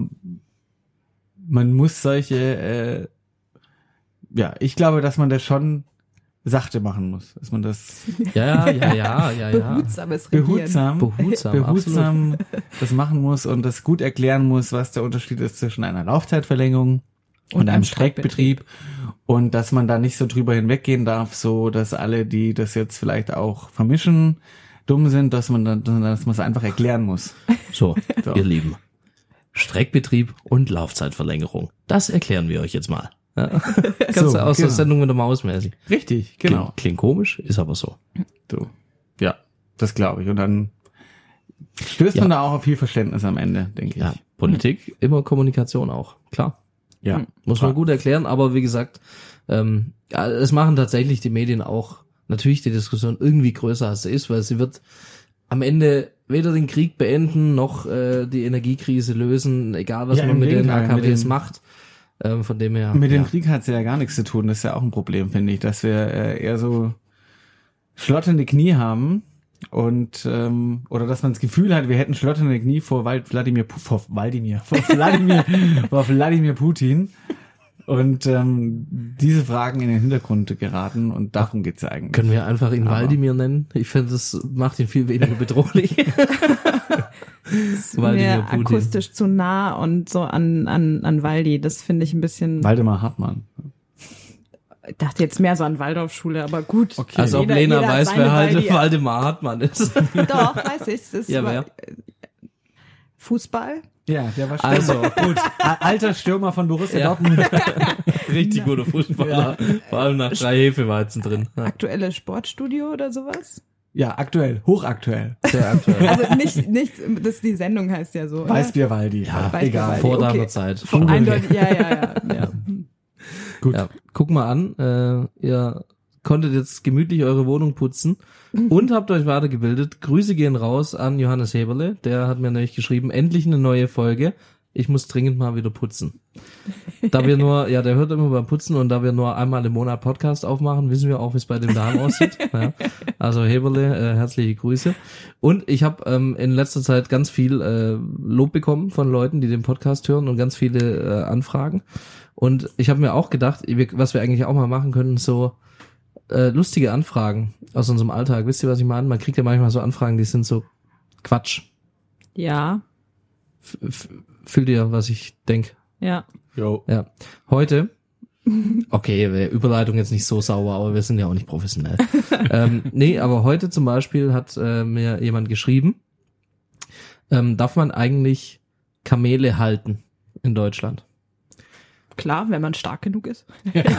man muss solche, äh, ja, ich glaube, dass man das schon sachte machen muss, dass man das Ja, ja, ja, ja, ja. Behutsames Regieren. behutsam, Behutsam, absolut. behutsam das machen muss und das gut erklären muss, was der Unterschied ist zwischen einer Laufzeitverlängerung und, Und einem einem Streckbetrieb und dass man da nicht so drüber hinweggehen darf, so dass alle, die das jetzt vielleicht auch vermischen, dumm sind, dass man dann, dass man es einfach erklären muss. So, So. ihr Lieben. Streckbetrieb und Laufzeitverlängerung. Das erklären wir euch jetzt mal. Ja. Kannst So, du aus der genau. Sendung mit der Maus mäßig. Richtig, genau. Klingt, klingt komisch, ist aber so. So. Ja, das glaube ich. Und dann stößt Ja. man da auch auf viel Verständnis am Ende, denke ich. Ja, Politik, immer Kommunikation auch, klar. Ja. Muss man gut erklären, aber wie gesagt, ähm, ja, es machen tatsächlich die Medien auch natürlich die Diskussion irgendwie größer, als sie ist, weil sie wird am Ende weder den Krieg beenden, noch äh, die Energiekrise lösen, egal was Ja, man im mit den Gegenteil, A K Ws mit den- macht. Ähm, von dem her. Mit dem ja. Krieg hat es ja gar nichts zu tun. Das ist ja auch ein Problem, finde ich, dass wir äh, eher so schlotternde Knie haben und ähm, oder dass man das Gefühl hat, wir hätten schlotternde Knie vor Wal- Wladimir Pu- vor Wladimir vor Wladimir vor Wladimir Putin und ähm, diese Fragen in den Hintergrund geraten und darum geht's ja eigentlich. Können wir einfach ihn Aber- Waldimir nennen? Ich finde, das macht ihn viel weniger bedrohlich. Ist Wladimir mir Putin. akustisch zu nah und so an, an, an Waldi. Das finde ich ein bisschen, Waldemar Hartmann. ich dachte jetzt mehr so an Waldorfschule, aber gut. Okay. Als ob Jeder- Lena jeder hat weiß, seine wer halt Waldi. Waldemar Hartmann ist. Doch, weiß ich. Das ist Ja, wa- wer? Fußball? Ja, der war Stürmer. Also, gut. A- Alter Stürmer von Borussia Ja. Dortmund. richtig guter Fußballer. Vor allem nach drei Hefeweizen drin. Ja, Aktuelles Sportstudio oder sowas? Ja, aktuell, hochaktuell. sehr aktuell. Also nicht, nicht, das, die Sendung heißt ja so. oder? Weißbier Waldi. Ja, Weißbier egal. Waldi. Vor okay. deiner Zeit. Eindeutig, ja, ja, ja. ja. Gut. Ja, guck mal an, äh, ihr konntet jetzt gemütlich eure Wohnung putzen und habt euch weitergebildet. Grüße gehen raus an Johannes Heberle, der hat mir nämlich geschrieben, endlich eine neue Folge. Ich muss dringend mal wieder putzen. Da wir nur, ja, der hört immer beim Putzen und da wir nur einmal im Monat Podcast aufmachen, wissen wir auch, wie es bei dem daheim aussieht. Ja. Also Heberle, äh, herzliche Grüße. Und ich habe ähm, in letzter Zeit ganz viel äh, Lob bekommen von Leuten, die den Podcast hören und ganz viele äh, Anfragen. Und ich habe mir auch gedacht, wir- was wir eigentlich auch mal machen können, so äh, lustige Anfragen aus unserem Alltag. Wisst ihr, was ich meine? Man kriegt ja manchmal so Anfragen, die sind so Quatsch. Ja, F f fühlt ihr, was ich denk? ja. Jo. Ja. Heute, okay, wäre Überleitung jetzt nicht so sauber, aber wir sind ja auch nicht professionell. ähm, nee, aber heute zum Beispiel hat äh, mir jemand geschrieben, ähm, darf man eigentlich Kamele halten in Deutschland? Klar, wenn man stark genug ist.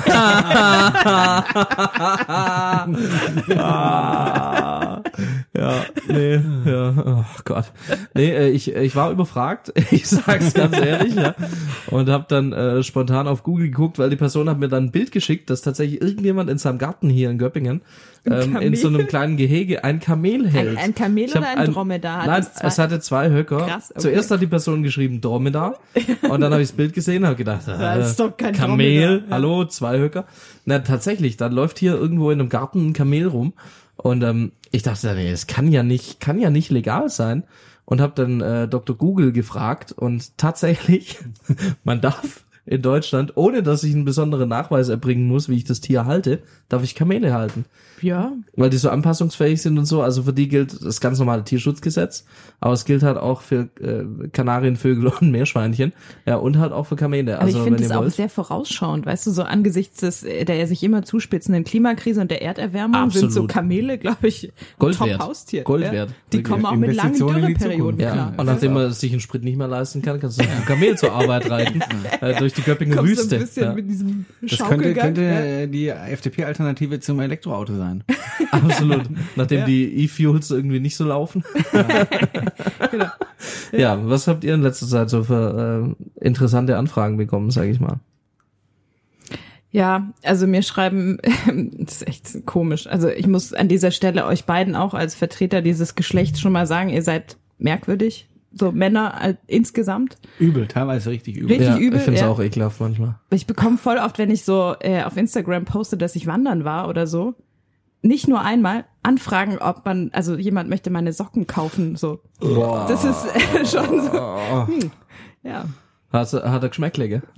Ja, nee, ja, oh Gott. Nee, äh, ich, ich war überfragt, ich sag's ganz ehrlich, ja. Und hab dann äh, spontan auf Google geguckt, weil die Person hat mir dann ein Bild geschickt, dass tatsächlich irgendjemand in seinem Garten hier in Göppingen ähm, in so einem kleinen Gehege ein Kamel hält. Ein, ein Kamel Ich hab oder ein, Dromedar? Hat Nein, es zwei- es hatte zwei Höcker. Krass, okay. Zuerst hat die Person geschrieben Dromedar und dann habe ich das Bild gesehen und habe gedacht, Das äh, ist doch kein Kamel, Dromedar, ja. hallo, zwei Höcker. Na tatsächlich, dann läuft hier irgendwo in einem Garten ein Kamel rum und ähm, ich dachte, nee, das kann ja nicht, kann ja nicht legal sein. Und habe dann äh, Doktor Google gefragt und tatsächlich, man darf in Deutschland, ohne dass ich einen besonderen Nachweis erbringen muss, wie ich das Tier halte, darf ich Kamele halten. Ja. Weil die so anpassungsfähig sind und so. Also für die gilt das ganz normale Tierschutzgesetz. Aber es gilt halt auch für äh, Kanarienvögel und Meerschweinchen. Ja, und halt auch für Kamele. Aber Also ich finde wenn es ihr auch wollt. sehr vorausschauend, weißt du, so angesichts des der sich immer zuspitzenden Klimakrise und der Erderwärmung Absolut. sind so Kamele, glaube ich, Gold wert. Top-Haustier. Gold ja. wert. Die Wirklich. kommen auch mit langen Investition in die Dürreperioden Zukunft. Ja, klar. und nachdem man sich einen Sprit nicht mehr leisten kann, kannst du ein Kamel zur Arbeit reiten, äh, durch die Göppinger Kommst Wüste. so ein bisschen ja. mit diesem Das könnte, Schaukelgang. könnte ja. äh, die F D P-Alternative zum Elektroauto sein. Absolut. Nachdem Ja. die E-Fuels irgendwie nicht so laufen. Genau. Ja, was habt ihr in letzter Zeit so für äh, interessante Anfragen bekommen, sage ich mal? Ja, also mir schreiben, das ist echt komisch. Also ich muss an dieser Stelle euch beiden auch als Vertreter dieses Geschlechts schon mal sagen, ihr seid merkwürdig. So Männer äh, insgesamt. Übel, teilweise richtig übel. Richtig ja, übel, ich finde es ja. auch ekelhaft manchmal. Ich bekomme voll oft, wenn ich so äh, auf Instagram poste, dass ich wandern war oder so, nicht nur einmal Anfragen, ob man, also jemand möchte meine Socken kaufen, so. Boah. Das ist äh, schon so. Hm, ja. Hat, hat er Geschmäckle, gell?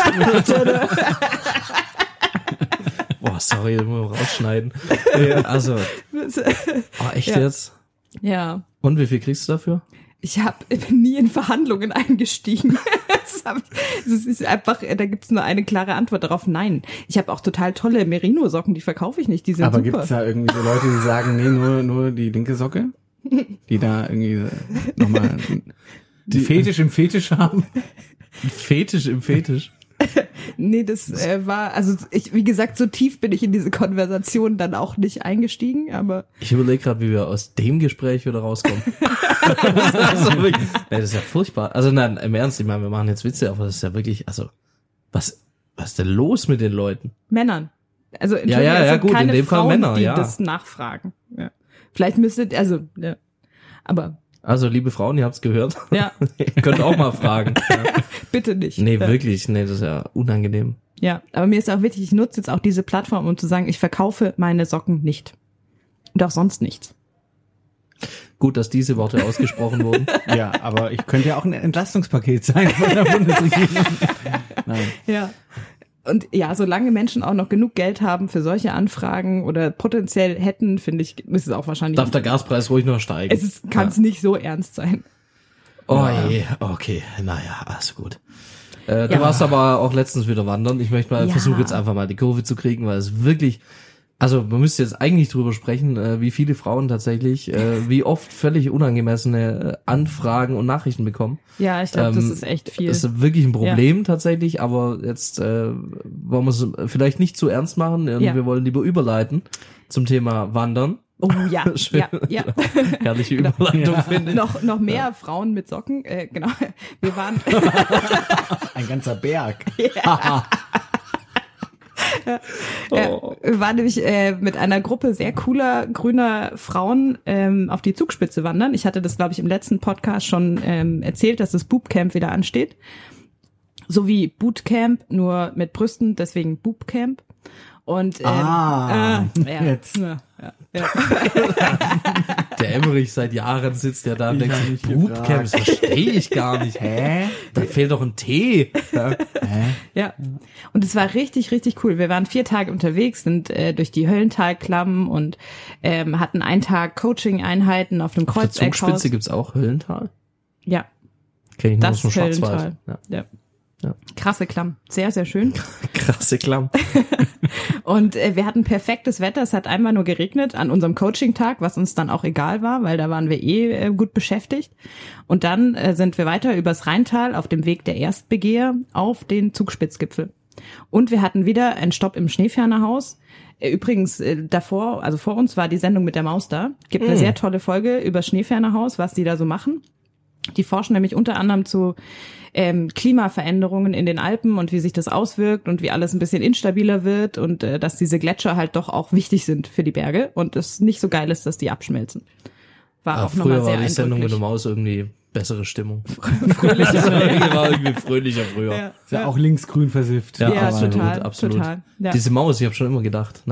Boah, sorry, das muss man rausschneiden. Ja, also, oh, echt Ja. jetzt? Ja. Und wie viel kriegst du dafür? Ich hab, ich bin nie in Verhandlungen eingestiegen. Das, hab ich, das ist einfach, da gibt's nur eine klare Antwort darauf. Nein. Ich habe auch total tolle Merino-Socken, die verkaufe ich nicht. Die sind Aber super. gibt's da irgendwie so Leute, die sagen, nee, nur, nur die linke Socke? Die da irgendwie nochmal die Fetisch im Fetisch haben? Fetisch im Fetisch. Nee, das äh, war, also ich, wie gesagt, so tief bin ich in diese Konversation dann auch nicht eingestiegen, aber Ich überlege gerade, wie wir aus dem Gespräch wieder rauskommen. das, ist wirklich, nee, das ist ja furchtbar. Also nein, im Ernst, ich meine, wir machen jetzt Witze, aber das ist ja wirklich, also, was, was ist denn los mit den Leuten? Männern. Also, Ja, ja, es ja, sind gut, in keine dem Fall Frauen, Männer, die ja. das nachfragen. Ja. Vielleicht müsstet, also, ja. Aber, Also, liebe Frauen, ihr habt's gehört. ja, Ihr könnt auch mal fragen. Ja. bitte nicht. Nee, ja. wirklich, nee, das ist ja unangenehm. Ja, aber mir ist auch wichtig, ich nutze jetzt auch diese Plattform, um zu sagen, ich verkaufe meine Socken nicht. Und auch sonst nichts. Gut, dass diese Worte ausgesprochen wurden. Ja, aber ich könnte ja auch ein Entlastungspaket sein von der Bundesregierung. Nein. Ja. Und ja, solange Menschen auch noch genug Geld haben für solche Anfragen oder potenziell hätten, finde ich, ist es auch wahrscheinlich. Darf der Gaspreis ruhig noch steigen? es ist, kann es nicht so ernst sein. Oh je, okay, naja, also gut. Äh, du Ja. warst aber auch letztens wieder wandern. Ich möchte mal, Ja. versuche jetzt einfach mal die Kurve zu kriegen, weil es wirklich, also man müsste jetzt eigentlich drüber sprechen, äh, wie viele Frauen tatsächlich, äh, wie oft völlig unangemessene äh, Anfragen und Nachrichten bekommen. Ja, ich glaube, das Ähm, ist echt viel. Das ist wirklich ein Problem tatsächlich, aber jetzt äh, wollen wir es vielleicht nicht zu ernst machen. Und Ja. Wir wollen lieber überleiten zum Thema Wandern. Oh ja, Schön. ja, ja. Herrliche Überleitung, finde ich. noch noch mehr Frauen mit Socken. Äh, genau. Wir waren Ein ganzer Berg. Oh. äh, wir waren nämlich äh, mit einer Gruppe sehr cooler grüner Frauen ähm, auf die Zugspitze wandern. Ich hatte das, glaube ich, im letzten Podcast schon ähm, erzählt, dass das Bootcamp wieder ansteht. So wie Bootcamp, nur mit Brüsten, deswegen Bootcamp. Und ähm, Ah, äh, ja, jetzt. Ja, ja, ja. Der Emmerich seit Jahren sitzt ja da und Ich denkt hab sich, mich Bootcamp, gefragt. das verstehe ich gar nicht. Hä? Da fehlt doch ein T. Ja. Hä? Ja, und es war richtig, richtig cool. Wir waren vier Tage unterwegs, sind äh, durch die Höllentalklamm und ähm, hatten einen Tag Coaching-Einheiten auf dem Auf der Kreuzeckhaus. Zugspitze gibt's auch Höllental. Ja, Kenn ich nur das aus dem Schwarzwald. Höllental. Ja. Ja. Ja. Krasse Klamm, sehr, sehr schön. Krasse Klamm. Und äh, wir hatten perfektes Wetter. Es hat einmal nur geregnet an unserem Coaching-Tag, was uns dann auch egal war, weil da waren wir eh äh, gut beschäftigt. Und dann äh, sind wir weiter übers Rheintal auf dem Weg der Erstbegeher auf den Zugspitzgipfel. Und wir hatten wieder einen Stopp im Schneefernerhaus. Äh, Übrigens äh, davor, also vor uns war die Sendung mit der Maus da. Gibt eine Mm. sehr tolle Folge über Schneefernerhaus, was die da so machen. Die forschen nämlich unter anderem zu ähm, Klimaveränderungen in den Alpen und wie sich das auswirkt und wie alles ein bisschen instabiler wird und äh, dass diese Gletscher halt doch auch wichtig sind für die Berge und es nicht so geil ist, dass die abschmelzen. War Ja, auch nochmal früher sehr war die Sendung mit eindrücklich. der Maus irgendwie bessere Stimmung. Fröhlicher. Also, irgendwie war irgendwie fröhlicher früher. Ja, Ist ja auch linksgrün versifft. ja, absolut, total, absolut. total. Ja. Diese Maus, ich habe schon immer gedacht, naja. Ja.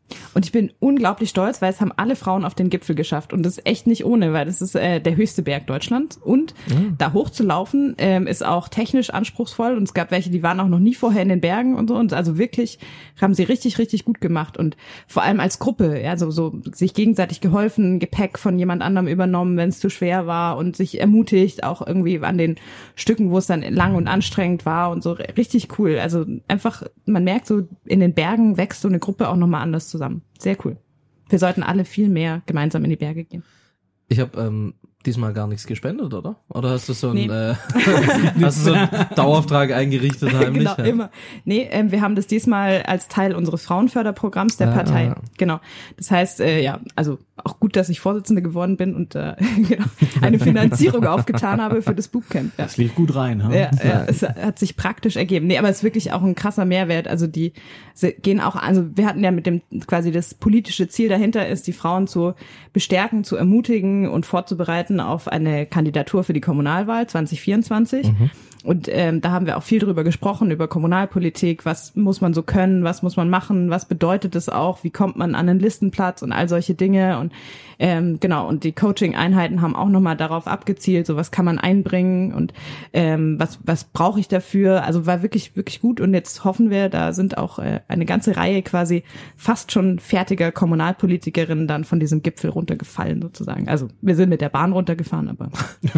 Und ich bin unglaublich stolz, weil es haben alle Frauen auf den Gipfel geschafft. Und das ist echt nicht ohne, weil das ist äh, der höchste Berg Deutschlands. Und mhm. da hochzulaufen ähm, ist auch technisch anspruchsvoll. Und es gab welche, die waren auch noch nie vorher in den Bergen und so. Und also wirklich haben sie richtig, richtig gut gemacht. Und vor allem als Gruppe, ja, so, so sich gegenseitig geholfen, Gepäck von jemand anderem übernommen, wenn es zu schwer war und sich ermutigt, auch irgendwie an den Stücken, wo es dann lang und anstrengend war und so. Richtig cool. Also einfach, man merkt so, in den Bergen wächst so eine Gruppe auch nochmal anders zusammen. Sehr cool. Wir sollten alle viel mehr gemeinsam in die Berge gehen. Ich habe ähm, diesmal gar nichts gespendet, oder? Oder hast du so einen, Nee. äh, hast du so einen Dauerauftrag eingerichtet heimlich? Genau, ja? immer. Nee, ähm, wir haben das diesmal als Teil unseres Frauenförderprogramms der Ah. Partei. Genau. Das heißt, äh, ja, also auch gut, dass ich Vorsitzende geworden bin und äh, genau, eine Finanzierung aufgetan habe für das Bootcamp. Ja. Das lief gut rein. Ha? Ja, ja, es hat sich praktisch ergeben. Nee, aber es ist wirklich auch ein krasser Mehrwert. Also die sie gehen auch, also wir hatten ja mit dem, quasi das politische Ziel dahinter ist, die Frauen zu bestärken, zu ermutigen und vorzubereiten auf eine Kandidatur für die Kommunalwahl zwanzig vierundzwanzig. Mhm. Und ähm, da haben wir auch viel drüber gesprochen, über Kommunalpolitik, was muss man so können, was muss man machen, was bedeutet es auch, wie kommt man an einen Listenplatz und all solche Dinge. Und ähm, genau, und die Coaching-Einheiten haben auch nochmal darauf abgezielt, so was kann man einbringen und ähm, was was brauche ich dafür. Also war wirklich, wirklich gut. Und jetzt hoffen wir, da sind auch äh, eine ganze Reihe quasi fast schon fertiger Kommunalpolitikerinnen dann von diesem Gipfel runtergefallen sozusagen. Also wir sind mit der Bahn runtergefahren, aber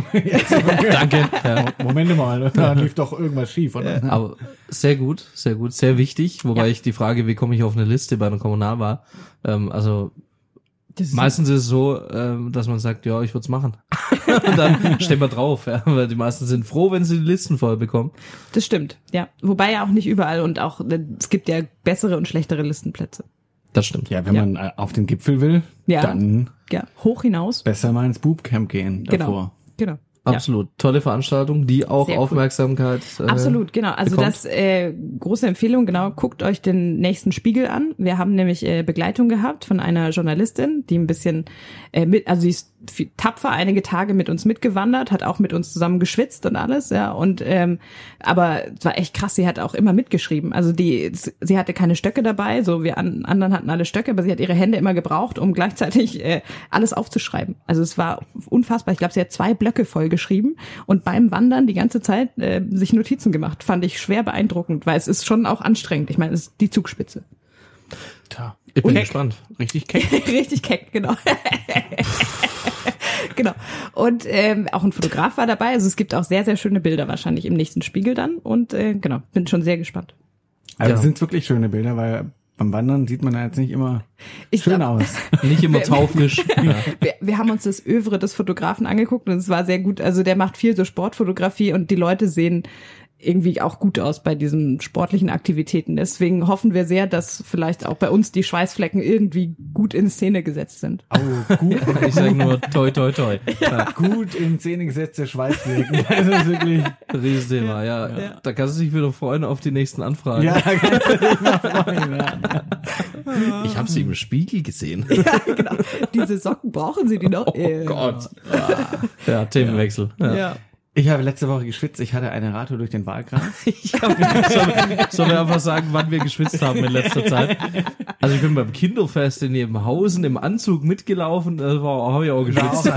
Danke. Ja. Moment mal, da lief doch irgendwas schief, oder? Aber sehr gut, sehr gut, sehr wichtig. Wobei Ja. ich die Frage, wie komme ich auf eine Liste bei einer Kommunalwahl, ähm, also das ist meistens ist es so, ähm, dass man sagt, ja, ich würde es machen. Und dann stehen wir drauf, ja, weil die meisten sind froh, wenn sie die Listen voll bekommen. Das stimmt, ja. Wobei ja auch nicht überall und auch, es gibt ja bessere und schlechtere Listenplätze. Das stimmt. Ja, wenn Ja. man äh, auf den Gipfel will, Ja. dann Ja, hoch hinaus. besser mal ins Bootcamp gehen davor. Genau, genau. Absolut. Tolle Veranstaltung, die auch Sehr cool. Aufmerksamkeit äh, Absolut, genau. Also bekommt. das äh, große Empfehlung, genau, guckt euch den nächsten Spiegel an. Wir haben nämlich äh, Begleitung gehabt von einer Journalistin, die ein bisschen äh, mit, also sie ist viel, tapfer einige Tage mit uns mitgewandert, hat auch mit uns zusammen geschwitzt und alles, ja. Und ähm, aber es war echt krass. Sie hat auch immer mitgeschrieben. Also die, sie hatte keine Stöcke dabei, so wir an, anderen hatten alle Stöcke, aber sie hat ihre Hände immer gebraucht, um gleichzeitig äh, alles aufzuschreiben. Also es war unfassbar. Ich glaube, sie hat zwei Blöcke voll geschrieben und beim Wandern die ganze Zeit äh, sich Notizen gemacht. Fand ich schwer beeindruckend, weil es ist schon auch anstrengend. Ich meine, es ist die Zugspitze. Tja, Ich bin keck. gespannt. Richtig keck. Richtig keck, genau. Genau. Und ähm, auch ein Fotograf war dabei. Also es gibt auch sehr, sehr schöne Bilder wahrscheinlich im nächsten Spiegel dann. Und äh, genau, bin schon sehr gespannt. Also Ja. es sind wirklich schöne Bilder, weil beim Wandern sieht man da jetzt nicht immer Ich schön glaub, aus. Nicht immer taufrisch. Ja. Wir, wir haben uns das Övre des Fotografen angeguckt und es war sehr gut. Also der macht viel so Sportfotografie und die Leute sehen irgendwie auch gut aus bei diesen sportlichen Aktivitäten. Deswegen hoffen wir sehr, dass vielleicht auch bei uns die Schweißflecken irgendwie gut in Szene gesetzt sind. Oh, gut, Ich sage nur toi toi toi. Ja. gut in Szene gesetzte Schweißflecken. Also das ist wirklich, Riesenthema, ja. ja. Da kannst du dich wieder freuen auf die nächsten Anfragen. ja, kannst du dich mal freuen, ja. Ich habe sie im Spiegel gesehen. Ja, genau. Diese Socken brauchen Sie die noch? Oh Gott. Ja, Themenwechsel. Ja. Ja. Ich habe letzte Woche geschwitzt, ich hatte eine Radtour durch den Wahlkreis. Ich hab, sollen, sollen wir einfach sagen, wann wir geschwitzt haben in letzter Zeit? Also ich bin beim Kinderfest in Nebenhausen im Anzug mitgelaufen, da war habe ich auch geschwitzt.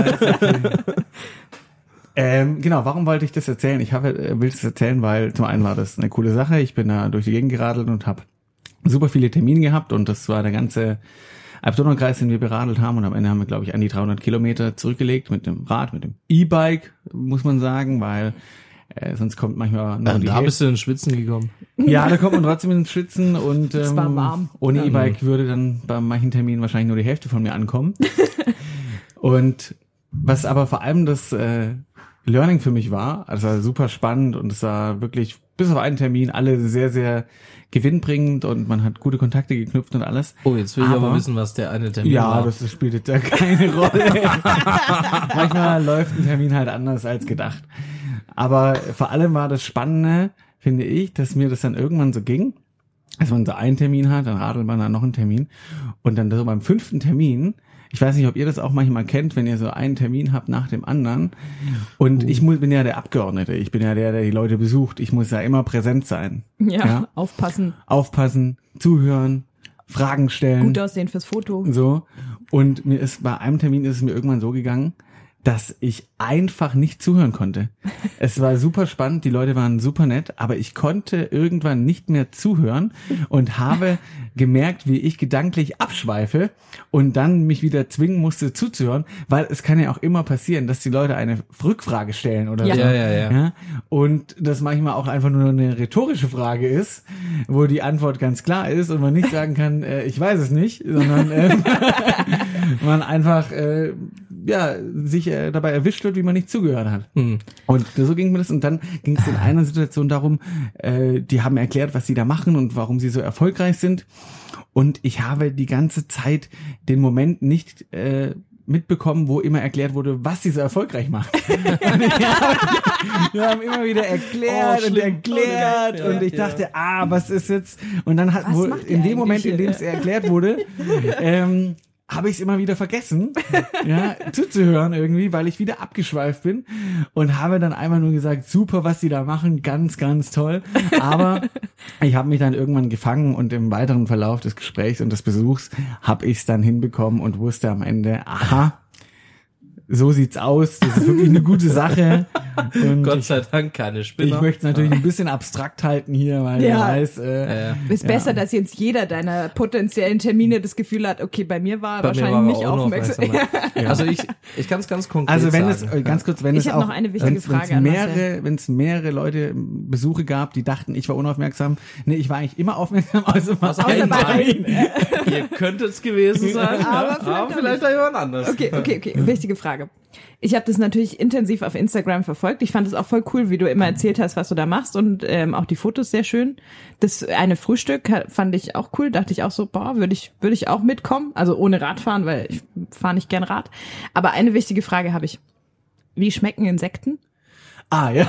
ähm, genau, warum wollte ich das erzählen? Ich habe, äh, will das erzählen, weil zum einen war das eine coole Sache. Ich bin da durch die Gegend geradelt und habe super viele Termine gehabt und das war der ganze Alb-Donau-Kreis, den wir beradelt haben und am Ende haben wir, glaube ich, an die dreihundert Kilometer zurückgelegt mit dem Rad, mit dem E-Bike, muss man sagen, weil äh, sonst kommt manchmal nur Und die da Hälfte. bist du ins Schwitzen gekommen. Ja, da kommt man trotzdem ins Schwitzen und ähm, Es war warm. ohne E-Bike würde dann bei manchen Terminen wahrscheinlich nur die Hälfte von mir ankommen. Und was aber vor allem das äh, Learning für mich war, also war super spannend und es war wirklich bis auf einen Termin alle sehr, sehr gewinnbringend und man hat gute Kontakte geknüpft und alles. Oh, jetzt will ich aber Aber- wissen, was der eine Termin Ja, war. das spielt jetzt ja keine Rolle. Manchmal läuft ein Termin halt anders als gedacht. Aber vor allem war das Spannende, finde ich, dass mir das dann irgendwann so ging, dass man so einen Termin hat, dann radelt man dann noch einen Termin und dann so beim fünften Termin, ich weiß nicht, ob ihr das auch manchmal kennt, wenn ihr so einen Termin habt nach dem anderen und ich muss, bin ja der Abgeordnete, ich bin ja der, der die Leute besucht, ich muss ja immer präsent sein. Ja, Ja. aufpassen. Aufpassen, zuhören, Fragen stellen. Gut aussehen fürs Foto. So. Und mir ist bei einem Termin ist es mir irgendwann so gegangen, dass ich einfach nicht zuhören konnte. Es war super spannend, die Leute waren super nett, aber ich konnte irgendwann nicht mehr zuhören und habe gemerkt, wie ich gedanklich abschweife und dann mich wieder zwingen musste zuzuhören, weil es kann ja auch immer passieren, dass die Leute eine Rückfrage stellen oder Ja. so. Ja, ja, ja. Ja? Und das manchmal auch einfach nur eine rhetorische Frage ist, wo die Antwort ganz klar ist und man nicht sagen kann, äh, ich weiß es nicht, sondern äh, man einfach äh, ja sich äh, dabei erwischt wird, wie man nicht zugehört hat. Hm. Und so ging mir das. Und dann ging es in einer Situation darum, äh, die haben erklärt, was sie da machen und warum sie so erfolgreich sind. Und ich habe die ganze Zeit den Moment nicht äh, mitbekommen, wo immer erklärt wurde, was sie so erfolgreich macht. Und ich habe, wir haben immer wieder erklärt Oh, und schlimm. erklärt Ja, und ich ja. dachte, ah, was ist jetzt? Und dann hat Was wohl macht ihr in dem Moment, in eigentlich? dem es erklärt wurde, ähm, habe ich es immer wieder vergessen, ja, zuzuhören irgendwie, weil ich wieder abgeschweift bin und habe dann einmal nur gesagt, super, was die da machen, ganz, ganz toll. Aber ich habe mich dann irgendwann gefangen und im weiteren Verlauf des Gesprächs und des Besuchs habe ich es dann hinbekommen und wusste am Ende, aha, so sieht's aus, das ist wirklich eine gute Sache. Und Gott ich, sei Dank keine ich Spinner. möchte es natürlich ein bisschen abstrakt halten hier, weil Ja. ich weiß, äh, äh, Ist besser, dass jetzt jeder deiner potenziellen Termine das Gefühl hat, okay, bei mir war er bei mir wahrscheinlich war nicht er auch aufmerksam. unaufmerksam. Also ich, ich kann es ganz konkret Also wenn es, sagen. äh, ganz kurz, wenn Ich es hab auch, noch eine wichtige wenn's, Frage wenn's an mehrere, wenn es mehrere Leute Besuche gab, die dachten, ich war unaufmerksam. Nee, ich war eigentlich immer aufmerksam, also war Außer ein bei Termin. Ihr könntet es gewesen sein, Aber vielleicht aber auch vielleicht auch jemand anders. Okay, okay, okay. Wichtige Frage. Ich habe das natürlich intensiv auf Instagram verfolgt. Ich fand es auch voll cool, wie du immer erzählt hast, was du da machst und ähm, auch die Fotos sehr schön. Das eine Frühstück ha- fand ich auch cool. Dachte ich auch so, boah, würde ich würde ich auch mitkommen. Also ohne Radfahren, weil ich fahre nicht gern Rad. Aber eine wichtige Frage habe ich. Wie schmecken Insekten? Ah, ja.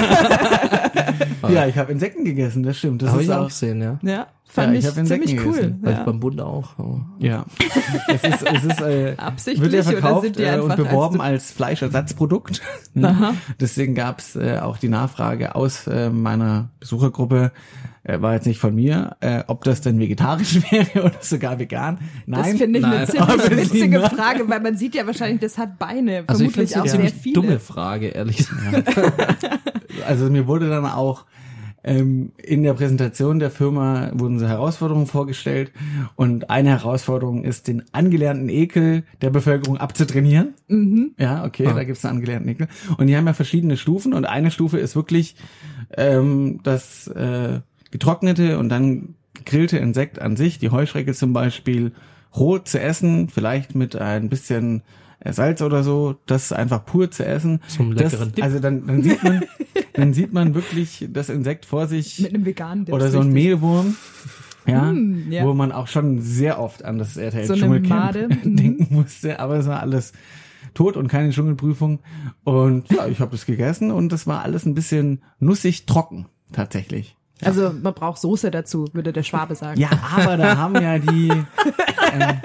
Ja, ich habe Insekten gegessen, das stimmt. Das Habe ist ich auch auch, gesehen, ja. Ja, fand Ja, ich ich, hab Insekten ziemlich cool. gegessen. Weil ich Ja. beim Bund auch. Aber ja. Es ist, es ist, äh, Absichtlich wird ja oder verkauft sind die äh, und einfach beworben als- als Fleischersatzprodukt. Aha. Deswegen gab's äh, auch die Nachfrage aus äh, meiner Besuchergruppe, äh, war jetzt nicht von mir, äh, ob das denn vegetarisch wäre oder sogar vegan. Nein. Das finde ich eine Nein. ziemlich Obviously witzige not. Frage, weil man sieht ja wahrscheinlich, das hat Beine, Also ich finde vermutlich es eine auch sehr ziemlich viele. dumme Frage, ehrlich gesagt. Also mir wurde dann auch ähm, in der Präsentation der Firma wurden so Herausforderungen vorgestellt und eine Herausforderung ist, den angelernten Ekel der Bevölkerung abzutrainieren. Mhm. Ja, okay, Ah. da gibt's einen angelernten Ekel. Und die haben ja verschiedene Stufen und eine Stufe ist wirklich ähm, das äh, getrocknete und dann gegrillte Insekt an sich, die Heuschrecke zum Beispiel, roh zu essen, vielleicht mit ein bisschen Salz oder so, das einfach pur zu essen. Zum das, leckeren Dip. Also dann, dann sieht man, dann sieht man wirklich das Insekt vor sich Mit einem veganen Dip, oder so ein richtig. Mehlwurm, ja, Mm, ja. wo man auch schon sehr oft an das R T L So eine Dschungelcamp Made, mhm. denken musste, aber es war alles tot und keine Dschungelprüfung und ja, ich habe das gegessen und das war alles ein bisschen nussig trocken tatsächlich. Also man braucht Soße dazu, würde der Schwabe sagen. Ja, aber da haben ja die ähm,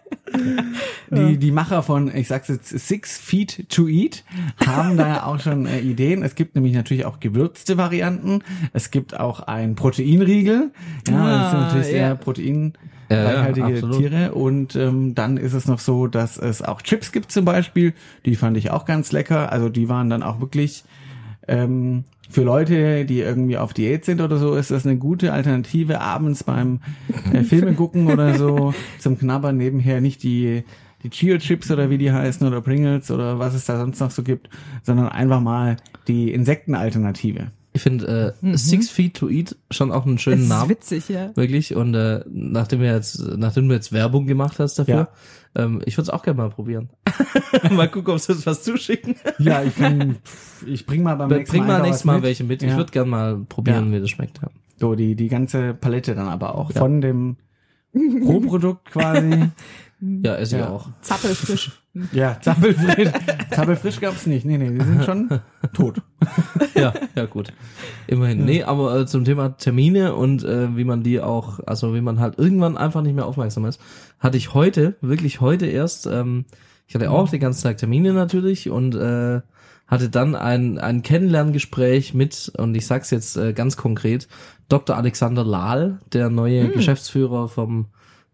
die die Macher von, ich sag's jetzt, Six Feet to Eat, haben da ja auch schon äh, Ideen. Es gibt nämlich natürlich auch gewürzte Varianten. Es gibt auch ein Proteinriegel. Ja, das sind Ah, natürlich sehr ja. proteinreichhaltige Ja, ja, absolut. Tiere. Und ähm, dann ist es noch so, dass es auch Chips gibt zum Beispiel. Die fand ich auch ganz lecker. Also die waren dann auch wirklich ähm, für Leute, die irgendwie auf Diät sind oder so, ist das eine gute Alternative abends beim äh, Filme gucken oder so zum Knabbern nebenher nicht die die Cheer-Chips oder wie die heißen oder Pringles oder was es da sonst noch so gibt, sondern einfach mal die Insektenalternative. Ich finde äh, Six Feet to Eat schon auch einen Das schönen ist Namen. witzig, ja. Wirklich. Und äh, nachdem wir jetzt, nachdem du jetzt Werbung gemacht hast dafür, ähm, ich würde es auch gerne mal probieren. Mal gucken, ob sie uns was zuschicken. Ja, ich kann, ich bring mal beim nächsten Bring mal einfach nächstes was Mal mit. welche mit. Ja. Ich würde gerne mal probieren, Ja. wie das schmeckt. Ja. So, die, die ganze Palette dann aber auch Ja. von dem Rohprodukt quasi. Ja, esse ich Ja. auch. Zappelfisch. Ja, Zappelfrisch. Zappelfrisch gab's nicht. Nee, nee, die sind schon tot. Ja, ja gut. Immerhin. Nee, aber äh, zum Thema Termine und äh, wie man die auch, also wie man halt irgendwann einfach nicht mehr aufmerksam ist, hatte ich heute, wirklich heute erst, ähm, ich hatte auch den ganzen Tag Termine natürlich und äh, hatte dann ein, ein Kennenlerngespräch mit, und ich sag's jetzt äh, ganz konkret, Doktor Alexander Lahl, der neue Hm. Geschäftsführer vom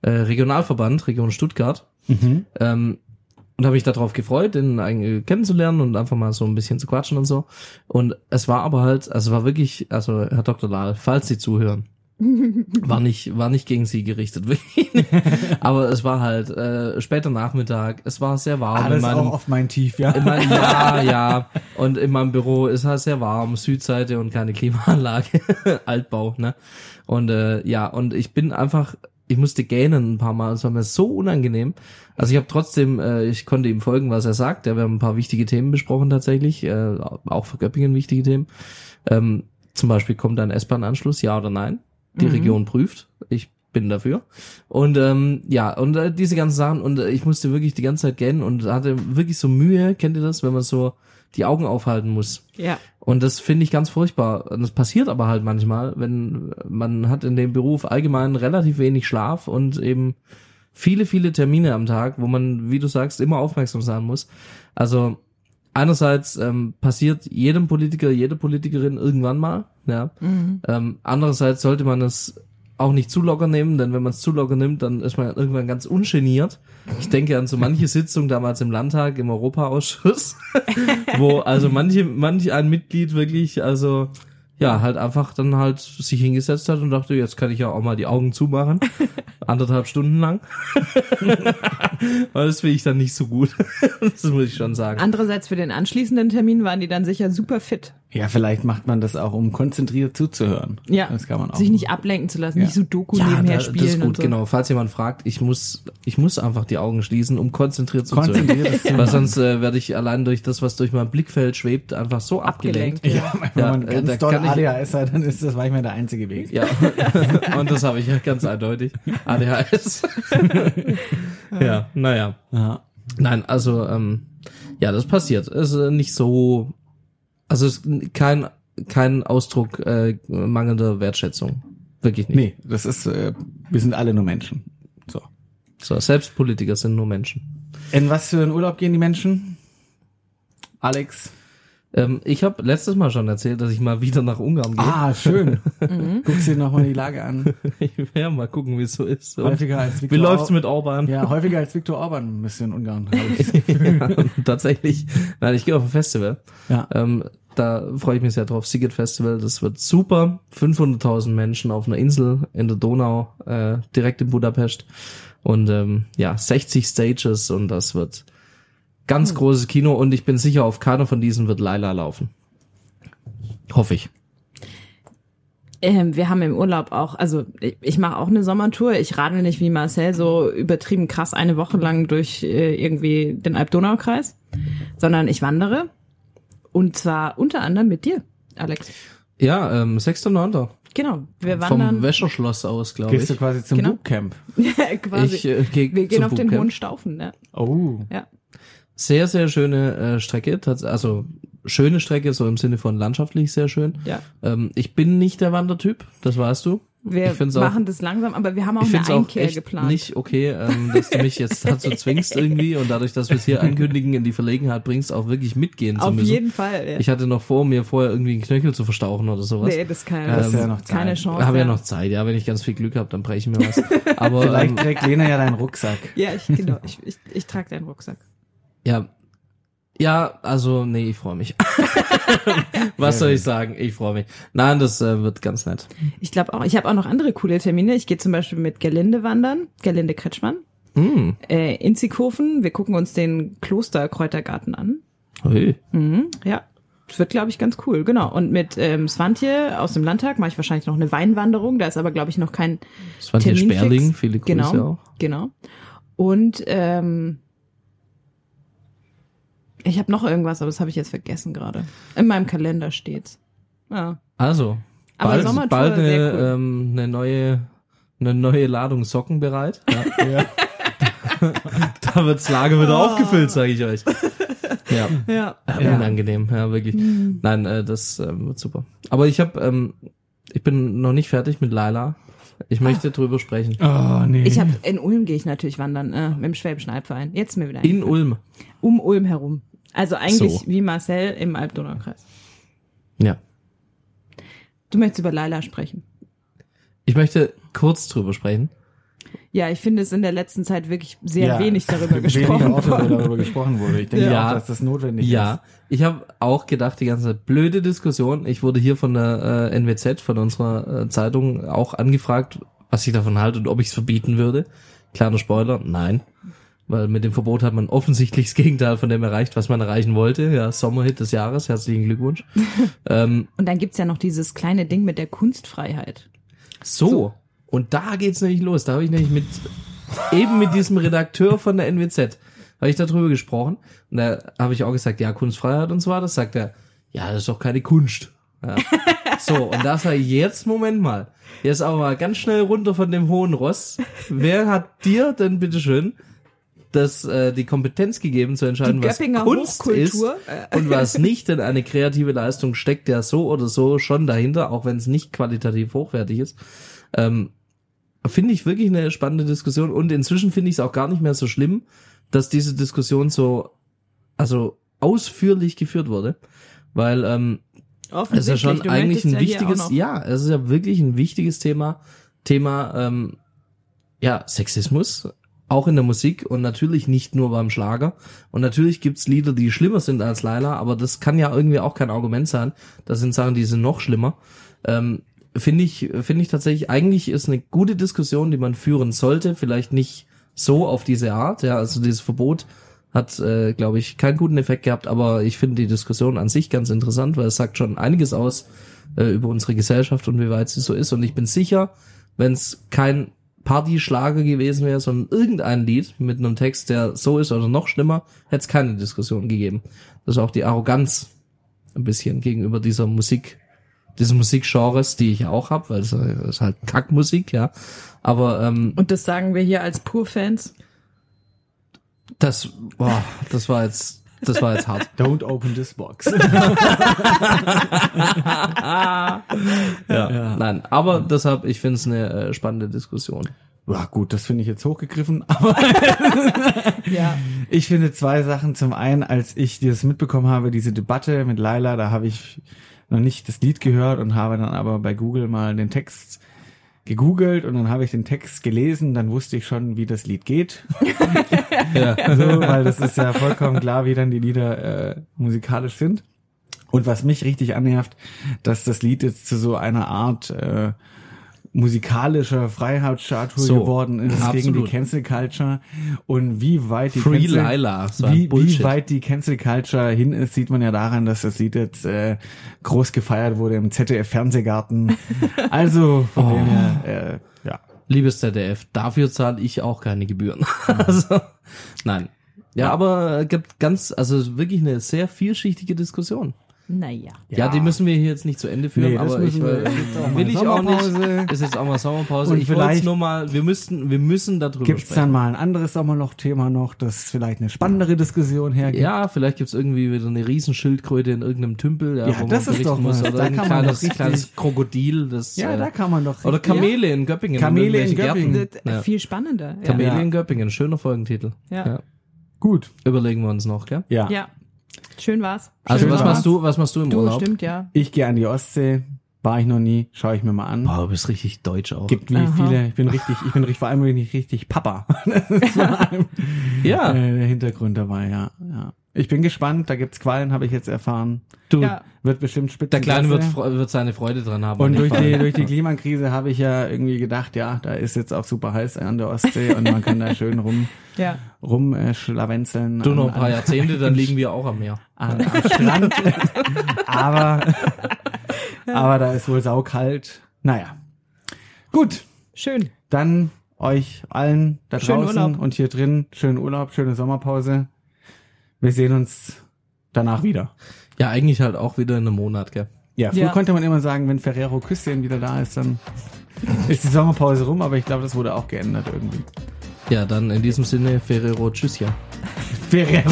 äh, Regionalverband, Region Stuttgart. Mhm. Ähm, und habe mich darauf gefreut, den eigentlich kennenzulernen und einfach mal so ein bisschen zu quatschen und so. Und es war aber halt, also war wirklich, also Herr Doktor Dahl, falls Sie zuhören, war nicht, war nicht gegen Sie gerichtet, wirklich. Aber es war halt äh, später Nachmittag, es war sehr warm. Ah, das in meinem, ist auch oft mein Tief, ja. In meinem, ja, ja. Und in meinem Büro ist halt sehr warm, Südseite und keine Klimaanlage, Altbau, ne? Und äh, ja, und ich bin einfach, ich musste gähnen ein paar Mal, es war mir so unangenehm. Also ich habe trotzdem, äh, ich konnte ihm folgen, was er sagt. Ja, wir haben ein paar wichtige Themen besprochen tatsächlich, äh, auch für Göppingen wichtige Themen. Ähm, zum Beispiel kommt ein S-Bahn-Anschluss, ja oder nein? Die mhm. Region prüft. Ich bin dafür. Und ähm, ja, und äh, diese ganzen Sachen. Und äh, ich musste wirklich die ganze Zeit gähnen und hatte wirklich so Mühe, kennt ihr das, wenn man so die Augen aufhalten muss? Ja. Und das finde ich ganz furchtbar. Und das passiert aber halt manchmal, wenn man hat in dem Beruf allgemein relativ wenig Schlaf und eben viele, viele Termine am Tag, wo man, wie du sagst, immer aufmerksam sein muss. Also einerseits ähm, passiert jedem Politiker, jede Politikerin irgendwann mal, ja. Mhm. Ähm, andererseits sollte man es auch nicht zu locker nehmen, denn wenn man es zu locker nimmt, dann ist man irgendwann ganz ungeniert. Ich denke an so manche Sitzung damals im Landtag, im Europaausschuss, wo also manche, manch ein Mitglied wirklich, also ja, halt einfach dann halt sich hingesetzt hat und dachte, jetzt kann ich ja auch mal die Augen zumachen. Anderthalb Stunden lang. Aber das finde ich dann nicht so gut. Das muss ich schon sagen. Andererseits für den anschließenden Termin waren die dann sicher super fit. Ja, vielleicht macht man das auch, um konzentriert zuzuhören. Ja, das kann man auch. Sich nicht ablenken zu lassen, ja. nicht so Doku ja, nebenher da, spielen. Das ist gut, und so. Genau. Falls jemand fragt, ich muss ich muss einfach die Augen schließen, um konzentriert zuzuhören. Konzentriert zu Weil sonst äh, werde ich allein durch das, was durch mein Blickfeld schwebt, einfach so abgelenkt. abgelenkt. Ja, wenn ja, man äh, ganz doll A D H S hat, dann ist das manchmal der einzige Weg. Ja, und das habe ich ja ganz eindeutig. A D H S. Ja, naja. Ja. Nein, also, ähm, ja, das passiert. Es ist nicht so, also es ist kein, kein Ausdruck äh, mangelnder Wertschätzung. Wirklich nicht. Nee, das ist, äh, wir sind alle nur Menschen. So. So, selbst Politiker sind nur Menschen. In was für einen Urlaub gehen die Menschen? Alex? Ähm, ich habe letztes Mal schon erzählt, dass ich mal wieder nach Ungarn gehe. Ah, schön. Guckst dir nochmal die Lage an. Ich werde mal gucken, wie es so ist. Und häufiger als Viktor wie läuft's mit Orban? Ja, häufiger als Viktor Orban müsst ihr in Ungarn. Ja, tatsächlich. Nein, ich gehe auf ein Festival. Ja. Ähm, da freue ich mich sehr drauf. Sigurd Festival, das wird super. fünfhunderttausend Menschen auf einer Insel in der Donau, äh, direkt in Budapest. Und ähm, ja, sechzig Stages und das wird ganz hm. großes Kino und ich bin sicher, auf keiner von diesen wird Laila laufen. Hoffe ich. Ähm, wir haben im Urlaub auch, also ich, ich mache auch eine Sommertour. Ich radel nicht wie Marcel so übertrieben krass eine Woche lang durch äh, irgendwie den Alb-Donau-Kreis, sondern ich wandere. Und zwar unter anderem mit dir, Alex. Ja, ähm, sechster neunter Genau, wir wandern. Vom Wäscherschloss aus, glaube ich. Gehst du quasi zum Genau. Bootcamp? Ja, quasi. Ich, äh, geh wir gehen zum auf den Bootcamp. Hohen Staufen, ne? Oh. Ja. Sehr, sehr schöne äh, Strecke. Tats- Also schöne Strecke, so im Sinne von landschaftlich sehr schön. Ja. Ähm, ich bin nicht der Wandertyp, das weißt du. Wir ich find's machen auch, das langsam, aber wir haben auch ich eine finde es auch Einkehr echt geplant. nicht okay, ähm, dass du mich jetzt dazu zwingst irgendwie und dadurch, dass wir es hier ankündigen, in die Verlegenheit bringst, auch wirklich mitgehen zu auf müssen. jeden Fall. Ja. Ich hatte noch vor, mir vorher irgendwie einen Knöchel zu verstauchen oder sowas. Nee, das kann Das ist Ähm, ja noch Zeit. keine Chance. Ich habe ja ja. noch Zeit, ja, wenn ich ganz viel Glück habe, dann breche ich mir was. Aber Vielleicht ähm, trägt Lena ja deinen Rucksack. Ja, ich, genau. Ich, ich, ich trage deinen Rucksack. ja, ja, also nee, ich freue mich. Was soll ich sagen? Ich freue mich. Nein, das äh, wird ganz nett. Ich glaube auch, ich habe auch noch andere coole Termine. Ich gehe zum Beispiel mit Gerlinde wandern, Gerlinde Kretschmann, Mm. äh, in Zickhofen. Wir gucken uns den Klosterkräutergarten an. Hey. Mhm, ja, das wird, glaube ich, ganz cool. Genau. Und mit ähm, Svantje aus dem Landtag mache ich wahrscheinlich noch eine Weinwanderung. Da ist aber, glaube ich, noch kein Das war hier Termin Sperling, fix. viele Grüße Genau, auch. genau. Und ähm, ich habe noch irgendwas, aber das habe ich jetzt vergessen gerade. In meinem Kalender steht's. Ja. Also, Aber bald, Sommertour, bald eine, sehr cool. ähm, eine neue eine neue Ladung Socken bereit. Ja. Ja. Da wird's Lager wieder aufgefüllt, sage ich euch. Ja. Ja. Ja, unangenehm, ja, wirklich. Mhm. Nein, äh, das ähm, wird super. Aber ich habe, ähm, ich bin noch nicht fertig mit Laila. Ich möchte drüber sprechen. Oh, nee. Ich habe in Ulm gehe ich natürlich wandern, äh, mit dem Schwäbischen Albverein. Jetzt ist mir wieder In eingefallen. Ulm. Um Ulm herum. Also eigentlich So. wie Marcel im Alb-Donau-Kreis. Ja. Du möchtest über Laila sprechen. Ich möchte kurz drüber sprechen. Ja, ich finde es in der letzten Zeit wirklich sehr Ja, wenig darüber gesprochen Weniger oft, worden. darüber gesprochen wurde. Ich denke Ja. auch, dass das notwendig Ja, ist. ich habe auch gedacht, die ganze blöde Diskussion. Ich wurde hier von der äh, N W Z, von unserer äh, Zeitung, auch angefragt, was ich davon halte und ob ich es verbieten würde. Kleiner Spoiler, nein. Weil mit dem Verbot hat man offensichtlich das Gegenteil von dem erreicht, was man erreichen wollte. Ja, Sommerhit des Jahres, herzlichen Glückwunsch. ähm, Und dann gibt's ja noch dieses kleine Ding mit der Kunstfreiheit. so. Und da geht's nämlich los. Da habe ich nämlich mit eben mit diesem Redakteur von der N W Z habe ich darüber gesprochen. Und da habe ich auch gesagt, ja, Kunstfreiheit und so weiter. Das sagt er, ja, das ist doch keine Kunst. Ja. So, und da sage ich jetzt, Moment mal. Jetzt aber mal ganz schnell runter von dem hohen Ross. Wer hat dir denn bitteschön das, äh, die Kompetenz gegeben zu entscheiden, Die was Göppinger Kunst Hochkultur. ist und was nicht? Denn eine kreative Leistung steckt ja so oder so schon dahinter, auch wenn es nicht qualitativ hochwertig ist. Ähm, finde ich wirklich eine spannende Diskussion und inzwischen finde ich es auch gar nicht mehr so schlimm, dass diese Diskussion so also ausführlich geführt wurde, weil ähm, es ist ja schon Du eigentlich möchtest ein ja hier wichtiges, auch noch- ja, es ist ja wirklich ein wichtiges Thema, Thema ähm, ja, Sexismus, auch in der Musik und natürlich nicht nur beim Schlager und natürlich gibt's Lieder, die schlimmer sind als Laila, aber das kann ja irgendwie auch kein Argument sein, das sind Sachen, die sind noch schlimmer. Ähm, finde ich, finde ich tatsächlich, eigentlich ist eine gute Diskussion, die man führen sollte, vielleicht nicht so auf diese Art, ja, also dieses Verbot hat, äh, glaube ich, keinen guten Effekt gehabt, aber ich finde die Diskussion an sich ganz interessant, weil es sagt schon einiges aus äh, über unsere Gesellschaft und wie weit sie so ist und ich bin sicher, wenn es kein Partyschlager gewesen wäre, sondern irgendein Lied mit einem Text, der so ist oder noch schlimmer, hätte es keine Diskussion gegeben. Das ist auch die Arroganz ein bisschen gegenüber dieser Musik, diese Musikgenres, die ich auch habe, weil es ist halt Kackmusik, ja. Aber ähm, Und das sagen wir hier als Pur-Fans. das, boah, das war jetzt, das war jetzt hart. Don't open this box. Ja, Ja. nein, aber deshalb, ich finde es eine äh, spannende Diskussion. Ja, gut, das finde ich jetzt hochgegriffen, aber Ja. ich finde zwei Sachen. Zum einen, als ich das mitbekommen habe, diese Debatte mit Laila, da habe ich noch nicht das Lied gehört und habe dann aber bei Google mal den Text gegoogelt und dann habe ich den Text gelesen, dann wusste ich schon, wie das Lied geht. Ja. So, weil das ist ja vollkommen klar, wie dann die Lieder äh, musikalisch sind. Und was mich richtig annervt, dass das Lied jetzt zu so einer Art äh, musikalischer Freiheitsstatue So, geworden ist gegen absolut. die Cancel Culture und wie weit die Free Cancel, Laila, so ein wie, wie Bullshit. weit die Cancel Culture hin ist, sieht man ja daran, dass das Lied jetzt äh, groß gefeiert wurde im Z D F Fernsehgarten. Also von dem her, äh, ja. Liebes Z D F, dafür zahle ich auch keine Gebühren. Also, nein. Ja, aber äh, gibt ganz, also wirklich eine sehr vielschichtige Diskussion. Naja. Ja, die müssen wir hier jetzt nicht zu Ende führen, Nee, das aber ich müssen wir- will, jetzt auch mal will ich auch Sommerpause. nicht. Ist jetzt auch mal Sommerpause. Und ich wollte vielleicht- nur mal, wir müssten, wir müssen darüber Gibt's sprechen. dann mal ein anderes Sommerloch-Thema noch, das vielleicht eine spannendere Diskussion hergibt? Ja, vielleicht gibt's irgendwie wieder eine Riesenschildkröte in irgendeinem Tümpel, ja, Ja, wo das man ist berichten doch muss. was. Oder Da ein kann man kleines, doch richtig- kleines Krokodil, das Ja, äh, da kann man doch. oder Kamele in Göppingen. Kamele in irgendwelche Göppingen. Gärten. Das, Ja. Viel spannender. Ja. Kamele Ja. in Göppingen, schöner Folgentitel. Ja. Gut. Überlegen wir uns noch, gell? Ja. Ja. Schön war's. Also Schön was war's. machst du, was machst du im Du, Urlaub? stimmt, ja. Ich gehe an die Ostsee. War ich noch nie. Schaue ich mir mal an. Boah, du bist richtig deutsch auch. Gibt wie Aha. viele. Ich bin richtig, ich bin richtig, vor allem bin ich richtig Papa. Das ist vor allem Ja, äh, der Hintergrund dabei, ja. ja. Ich bin gespannt. Da gibt's Quallen, habe ich jetzt erfahren. du, Ja. Wird bestimmt spitze. der Kleine wird, Klasse. fre- wird seine Freude dran haben. Und an dem durch Fall. die, durch die Klimakrise habe ich ja irgendwie gedacht, ja, da ist jetzt auch super heiß an der Ostsee und man kann da schön rum, Ja. rum äh, schlawenzeln. Du noch an- ein paar Jahrzehnte, dann liegen wir auch am Meer. an, am Strand. aber, aber da ist wohl saukalt. Naja. Gut, Schön. dann euch allen da Schönen draußen Urlaub. und hier drin schönen Urlaub, schöne Sommerpause. Wir sehen uns danach wieder. Ja, eigentlich halt auch wieder in einem Monat, gell? Ja, früher Ja. konnte man immer sagen, wenn Ferrero Küsschen wieder da ist, dann ist die Sommerpause rum, aber ich glaube, das wurde auch geändert irgendwie. Ja, dann in diesem Sinne, Ferrero, tschüss, ja. Ferrero.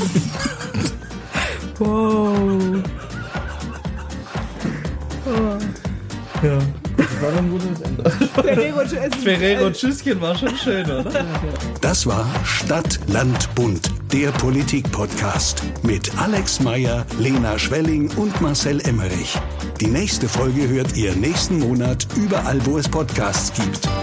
Wow. Ja. Das war doch ein gutes Ende. Ferrero, tschüsschen war schon schön, oder? Das war Stadt, Land, Bund, der Politik-Podcast mit Alex Meyer, Lena Schwelling und Marcel Emmerich. Die nächste Folge hört ihr nächsten Monat überall, wo es Podcasts gibt.